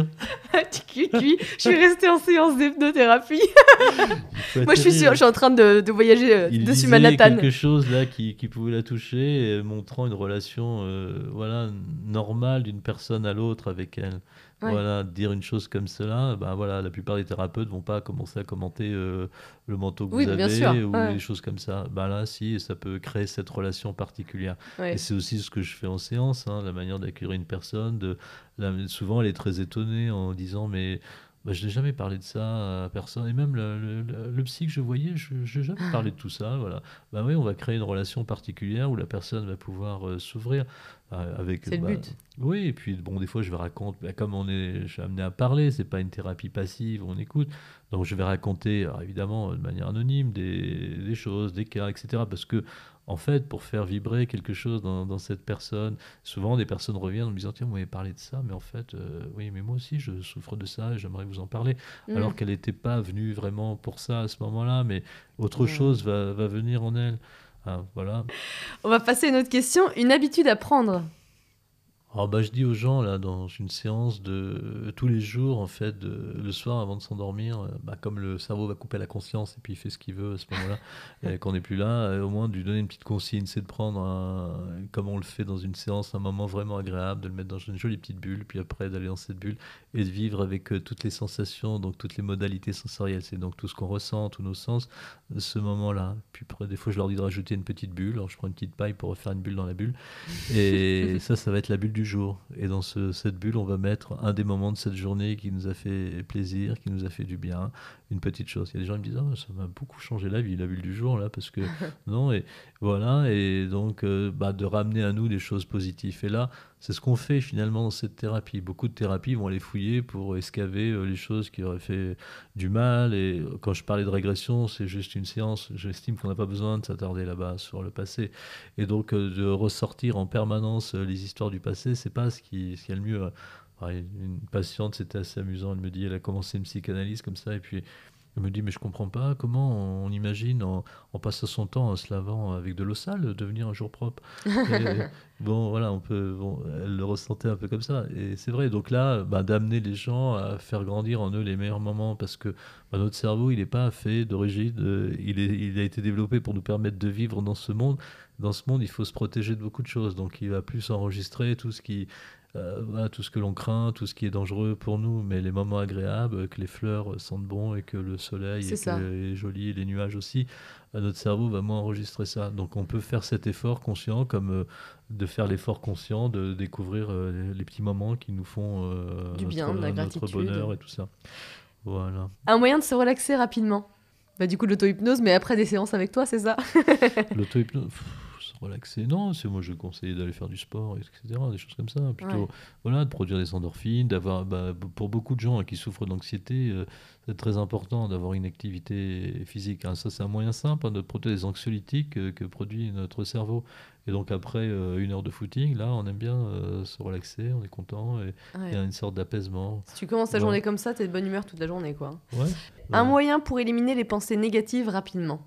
Speaker 3: Je suis restée en séance d'hypnothérapie.
Speaker 2: Il faut
Speaker 3: Moi, je
Speaker 2: atterrir.
Speaker 3: suis en train de voyager
Speaker 2: Il
Speaker 3: dessus
Speaker 2: disait
Speaker 3: Manhattan.
Speaker 2: quelque chose là qui pouvait la toucher, montrant une relation voilà, normale d'une personne à l'autre avec elle.
Speaker 3: Ouais.
Speaker 2: Voilà, dire une chose comme cela, ben voilà, la plupart des thérapeutes vont pas commencer à commenter le manteau que
Speaker 3: Oui,
Speaker 2: vous
Speaker 3: bien
Speaker 2: avez
Speaker 3: sûr.
Speaker 2: ou
Speaker 3: Ouais.
Speaker 2: des choses comme ça. Ben là, si, ça peut créer cette relation particulière.
Speaker 3: Ouais.
Speaker 2: Et c'est aussi ce que je fais en séance, hein, la manière d'accueillir une personne. Souvent, elle est très étonnée en disant, mais bah, je n'ai jamais parlé de ça à personne. Et même le psy que je voyais, je n'ai jamais parlé de tout ça. Voilà. Bah oui, on va créer une relation particulière où la personne va pouvoir s'ouvrir. Avec,
Speaker 3: C'est le but.
Speaker 2: Oui, et puis bon, des fois, je vais raconter, comme je suis amené à parler, c'est pas une thérapie passive, on écoute. Donc, je vais raconter, alors, évidemment, de manière anonyme, des choses, des cas, etc. Parce que, en fait, pour faire vibrer quelque chose dans cette personne, souvent des personnes reviennent en me disant, tiens, vous m'avez parlé de ça, mais en fait, oui, mais moi aussi, je souffre de ça et j'aimerais vous en parler.
Speaker 3: Mm.
Speaker 2: Alors qu'elle n'était pas venue vraiment pour ça à ce moment-là, mais autre
Speaker 3: Ouais.
Speaker 2: chose va venir en elle. Ah, voilà.
Speaker 3: On va passer à une autre question. Une habitude à prendre.
Speaker 2: Alors bah, je dis aux gens là dans une séance de tous les jours en fait le soir avant de s'endormir, comme le cerveau va couper la conscience et puis il fait ce qu'il veut à ce moment-là, qu'on n'est plus là, au moins de lui donner une petite consigne, c'est de prendre comme on le fait dans une séance, un moment vraiment agréable, de le mettre dans une jolie petite bulle, puis après d'aller dans cette bulle et de vivre avec toutes les sensations, donc toutes les modalités sensorielles, c'est donc tout ce qu'on ressent, tous nos sens, ce moment-là. Puis après, des fois je leur dis de rajouter une petite bulle, alors je prends une petite paille pour refaire une bulle dans la bulle. Et ça va être la bulle du jour. Et dans cette bulle, on va mettre un des moments de cette journée qui nous a fait plaisir, qui nous a fait du bien, une petite chose. Il y a des gens qui me disent, oh, ça m'a beaucoup changé la vie, la bulle du jour, là, parce que non, et voilà, et donc de ramener à nous des choses positives. Et là, c'est ce qu'on fait finalement dans cette thérapie. Beaucoup de thérapies vont aller fouiller pour escaver les choses qui auraient fait du mal. Et quand je parlais de régression, c'est juste une séance. J'estime qu'on n'a pas besoin de s'attarder là-bas sur le passé. Et donc de ressortir en permanence les histoires du passé, c'est pas ce qui est le mieux. Une patiente, c'était assez amusant. Elle me dit, elle a commencé une psychanalyse comme ça, et puis elle me dit, mais je comprends pas comment on imagine en passant son temps en se lavant avec de l'eau sale devenir un jour propre. Et, bon, voilà, elle le ressentait un peu comme ça. Et c'est vrai, donc là, d'amener les gens à faire grandir en eux les meilleurs moments, parce que notre cerveau, il n'est pas fait d'origine, il a été développé pour nous permettre de vivre dans ce monde. Dans ce monde, il faut se protéger de beaucoup de choses. Donc, il va plus enregistrer tout ce tout ce que l'on craint, tout ce qui est dangereux pour nous, mais les moments agréables, que les fleurs sentent bon et que le soleil est joli, et les nuages aussi, notre cerveau va moins enregistrer ça. Donc on peut faire cet effort conscient, comme de faire l'effort conscient de découvrir les petits moments qui nous font
Speaker 3: du bien, de la
Speaker 2: notre
Speaker 3: gratitude.
Speaker 2: bonheur et tout ça. Voilà.
Speaker 3: Un moyen de se relaxer rapidement. Du coup, l'auto-hypnose, mais après des séances avec toi, c'est ça?
Speaker 2: L'auto-hypnose, se relaxer. Non, moi je conseille d'aller faire du sport, etc. Des choses comme ça. Plutôt, voilà, de produire des endorphines, d'avoir, pour beaucoup de gens qui souffrent d'anxiété, c'est très important d'avoir une activité physique. Hein. Ça, c'est un moyen simple de produire des anxiolytiques que produit notre cerveau. Et donc après une heure de footing, là, on aime bien se relaxer, on est content et il y a une sorte d'apaisement.
Speaker 3: Si tu commences ta journée comme ça, t'es de bonne humeur toute la journée, quoi.
Speaker 2: Ouais.
Speaker 3: Un moyen pour éliminer les pensées négatives rapidement.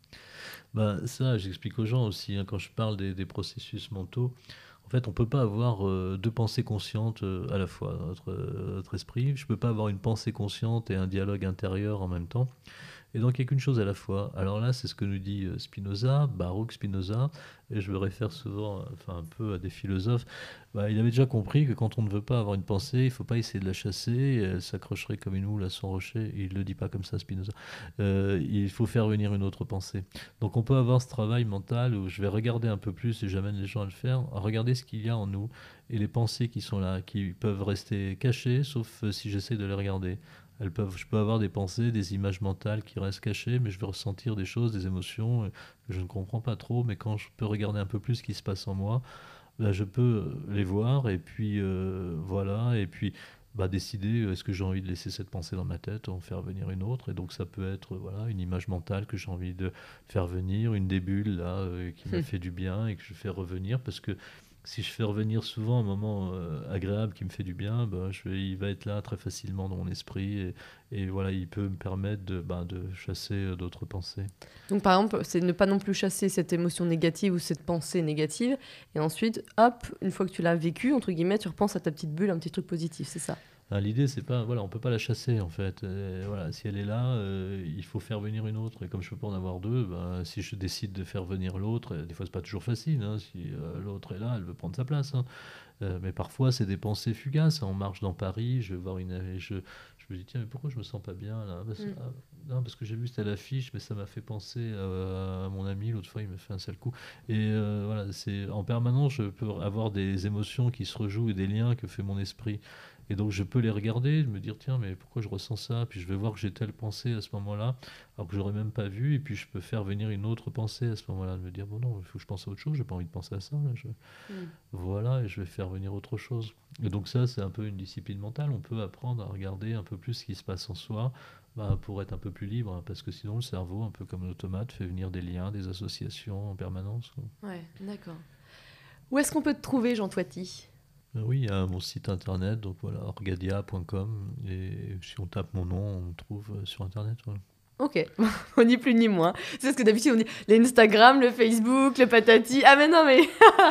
Speaker 2: Ça, j'explique aux gens aussi, hein, quand je parle des processus mentaux. En fait, on ne peut pas avoir deux pensées conscientes à la fois dans notre esprit. Je ne peux pas avoir une pensée consciente et un dialogue intérieur en même temps. Et donc il n'y a qu'une chose à la fois. Alors là, c'est ce que nous dit Spinoza, Baruch Spinoza, et je me réfère souvent un peu à des philosophes. Il avait déjà compris que quand on ne veut pas avoir une pensée, il ne faut pas essayer de la chasser, et elle s'accrocherait comme une houle à son rocher. Il ne le dit pas comme ça, Spinoza. Il faut faire venir une autre pensée. Donc on peut avoir ce travail mental où je vais regarder un peu plus, et j'amène les gens à le faire, à regarder ce qu'il y a en nous, et les pensées qui sont là, qui peuvent rester cachées, sauf si j'essaie de les regarder. Je peux avoir des pensées, des images mentales qui restent cachées, mais je vais ressentir des choses, des émotions que je ne comprends pas trop. Mais quand je peux regarder un peu plus ce qui se passe en moi, je peux les voir et puis voilà. Et puis décider est-ce que j'ai envie de laisser cette pensée dans ma tête ou en faire venir une autre. Et donc ça peut être une image mentale que j'ai envie de faire venir, une des bulles là, qui m'a fait du bien et que je fais revenir parce que si je fais revenir souvent un moment agréable qui me fait du bien, il va être là très facilement dans mon esprit et voilà, il peut me permettre de chasser d'autres pensées.
Speaker 3: Donc par exemple, c'est ne pas non plus chasser cette émotion négative ou cette pensée négative, et ensuite, hop, une fois que tu l'as vécu, entre guillemets, tu repenses à ta petite bulle, un petit truc positif, c'est ça?
Speaker 2: L'idée, c'est pas, on peut pas la chasser en fait. Si elle est là, il faut faire venir une autre. Et comme je peux pas en avoir deux, si je décide de faire venir l'autre, des fois c'est pas toujours facile. Si l'autre est là, elle veut prendre sa place. Mais parfois c'est des pensées fugaces. On marche dans Paris, je vais voir je me dis tiens mais pourquoi je me sens pas bien là non, parce que j'ai vu telle affiche, mais ça m'a fait penser à mon ami l'autre fois, il m'a fait un sale coup. Et c'est en permanence, je peux avoir des émotions qui se rejouent et des liens que fait mon esprit. Et donc je peux les regarder, me dire tiens mais pourquoi je ressens ça, puis je vais voir que j'ai telle pensée à ce moment-là, alors que j'aurais même pas vu, et puis je peux faire venir une autre pensée à ce moment-là, de me dire bon non, il faut que je pense à autre chose, j'ai pas envie de penser à ça, là, voilà, et je vais faire venir autre chose. Et donc ça c'est un peu une discipline mentale, on peut apprendre à regarder un peu plus ce qui se passe en soi, pour être un peu plus libre, parce que sinon le cerveau, un peu comme un automate, fait venir des liens, des associations en permanence.
Speaker 3: Ouais, d'accord. Où est-ce qu'on peut te trouver, Jean Toiti ?
Speaker 2: Oui, il y a mon site internet, donc voilà, orgadia.com, et si on tape mon nom, on me trouve sur internet. Voilà.
Speaker 3: Ok, on ni plus ni moins. C'est ce que d'habitude on dit l'Instagram, le Facebook, le patati. Ah mais non mais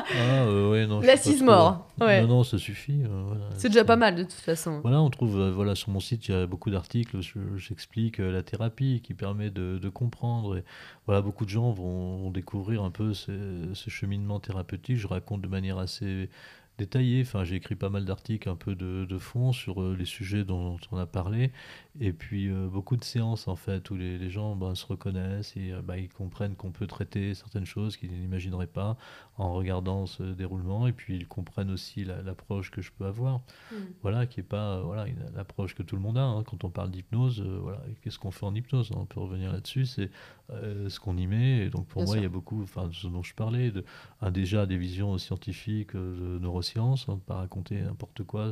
Speaker 2: ouais, non.
Speaker 3: l'assise mort. Ouais.
Speaker 2: Non, ça suffit. Voilà,
Speaker 3: c'est déjà pas mal de toute façon.
Speaker 2: Voilà, on trouve sur mon site, il y a beaucoup d'articles. J'explique la thérapie qui permet de comprendre. Et, voilà, beaucoup de gens vont découvrir un peu ce cheminement thérapeutique. Je raconte de manière assez détaillée. Enfin, j'ai écrit pas mal d'articles un peu de fond sur les sujets dont on a parlé. Et puis beaucoup de séances en fait où les gens se reconnaissent et ils comprennent qu'on peut traiter certaines choses qu'ils n'imagineraient pas en regardant ce déroulement, et puis ils comprennent aussi l'approche que je peux avoir, voilà, qui est pas l'approche que tout le monde a. Quand on parle d'hypnose, qu'est-ce qu'on fait en hypnose, on peut revenir là-dessus, c'est ce qu'on y met. Et donc pour moi il y a beaucoup, ce dont je parlais, déjà des visions scientifiques de neurosciences, de ne pas raconter n'importe quoi,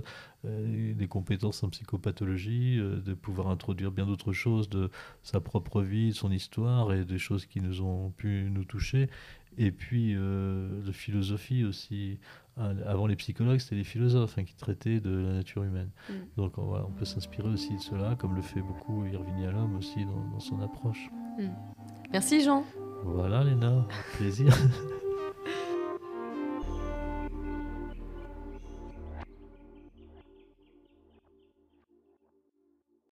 Speaker 2: des compétences en psychopathologie, de pouvoir introduire bien d'autres choses de sa propre vie, de son histoire, et des choses qui nous ont pu nous toucher. Et puis de philosophie aussi. Avant les psychologues, c'était les philosophes qui traitaient de la nature humaine. Donc on peut s'inspirer aussi de cela, comme le fait beaucoup Irving Yalom aussi dans son approche.
Speaker 3: Merci Jean.
Speaker 2: Voilà Léna, plaisir.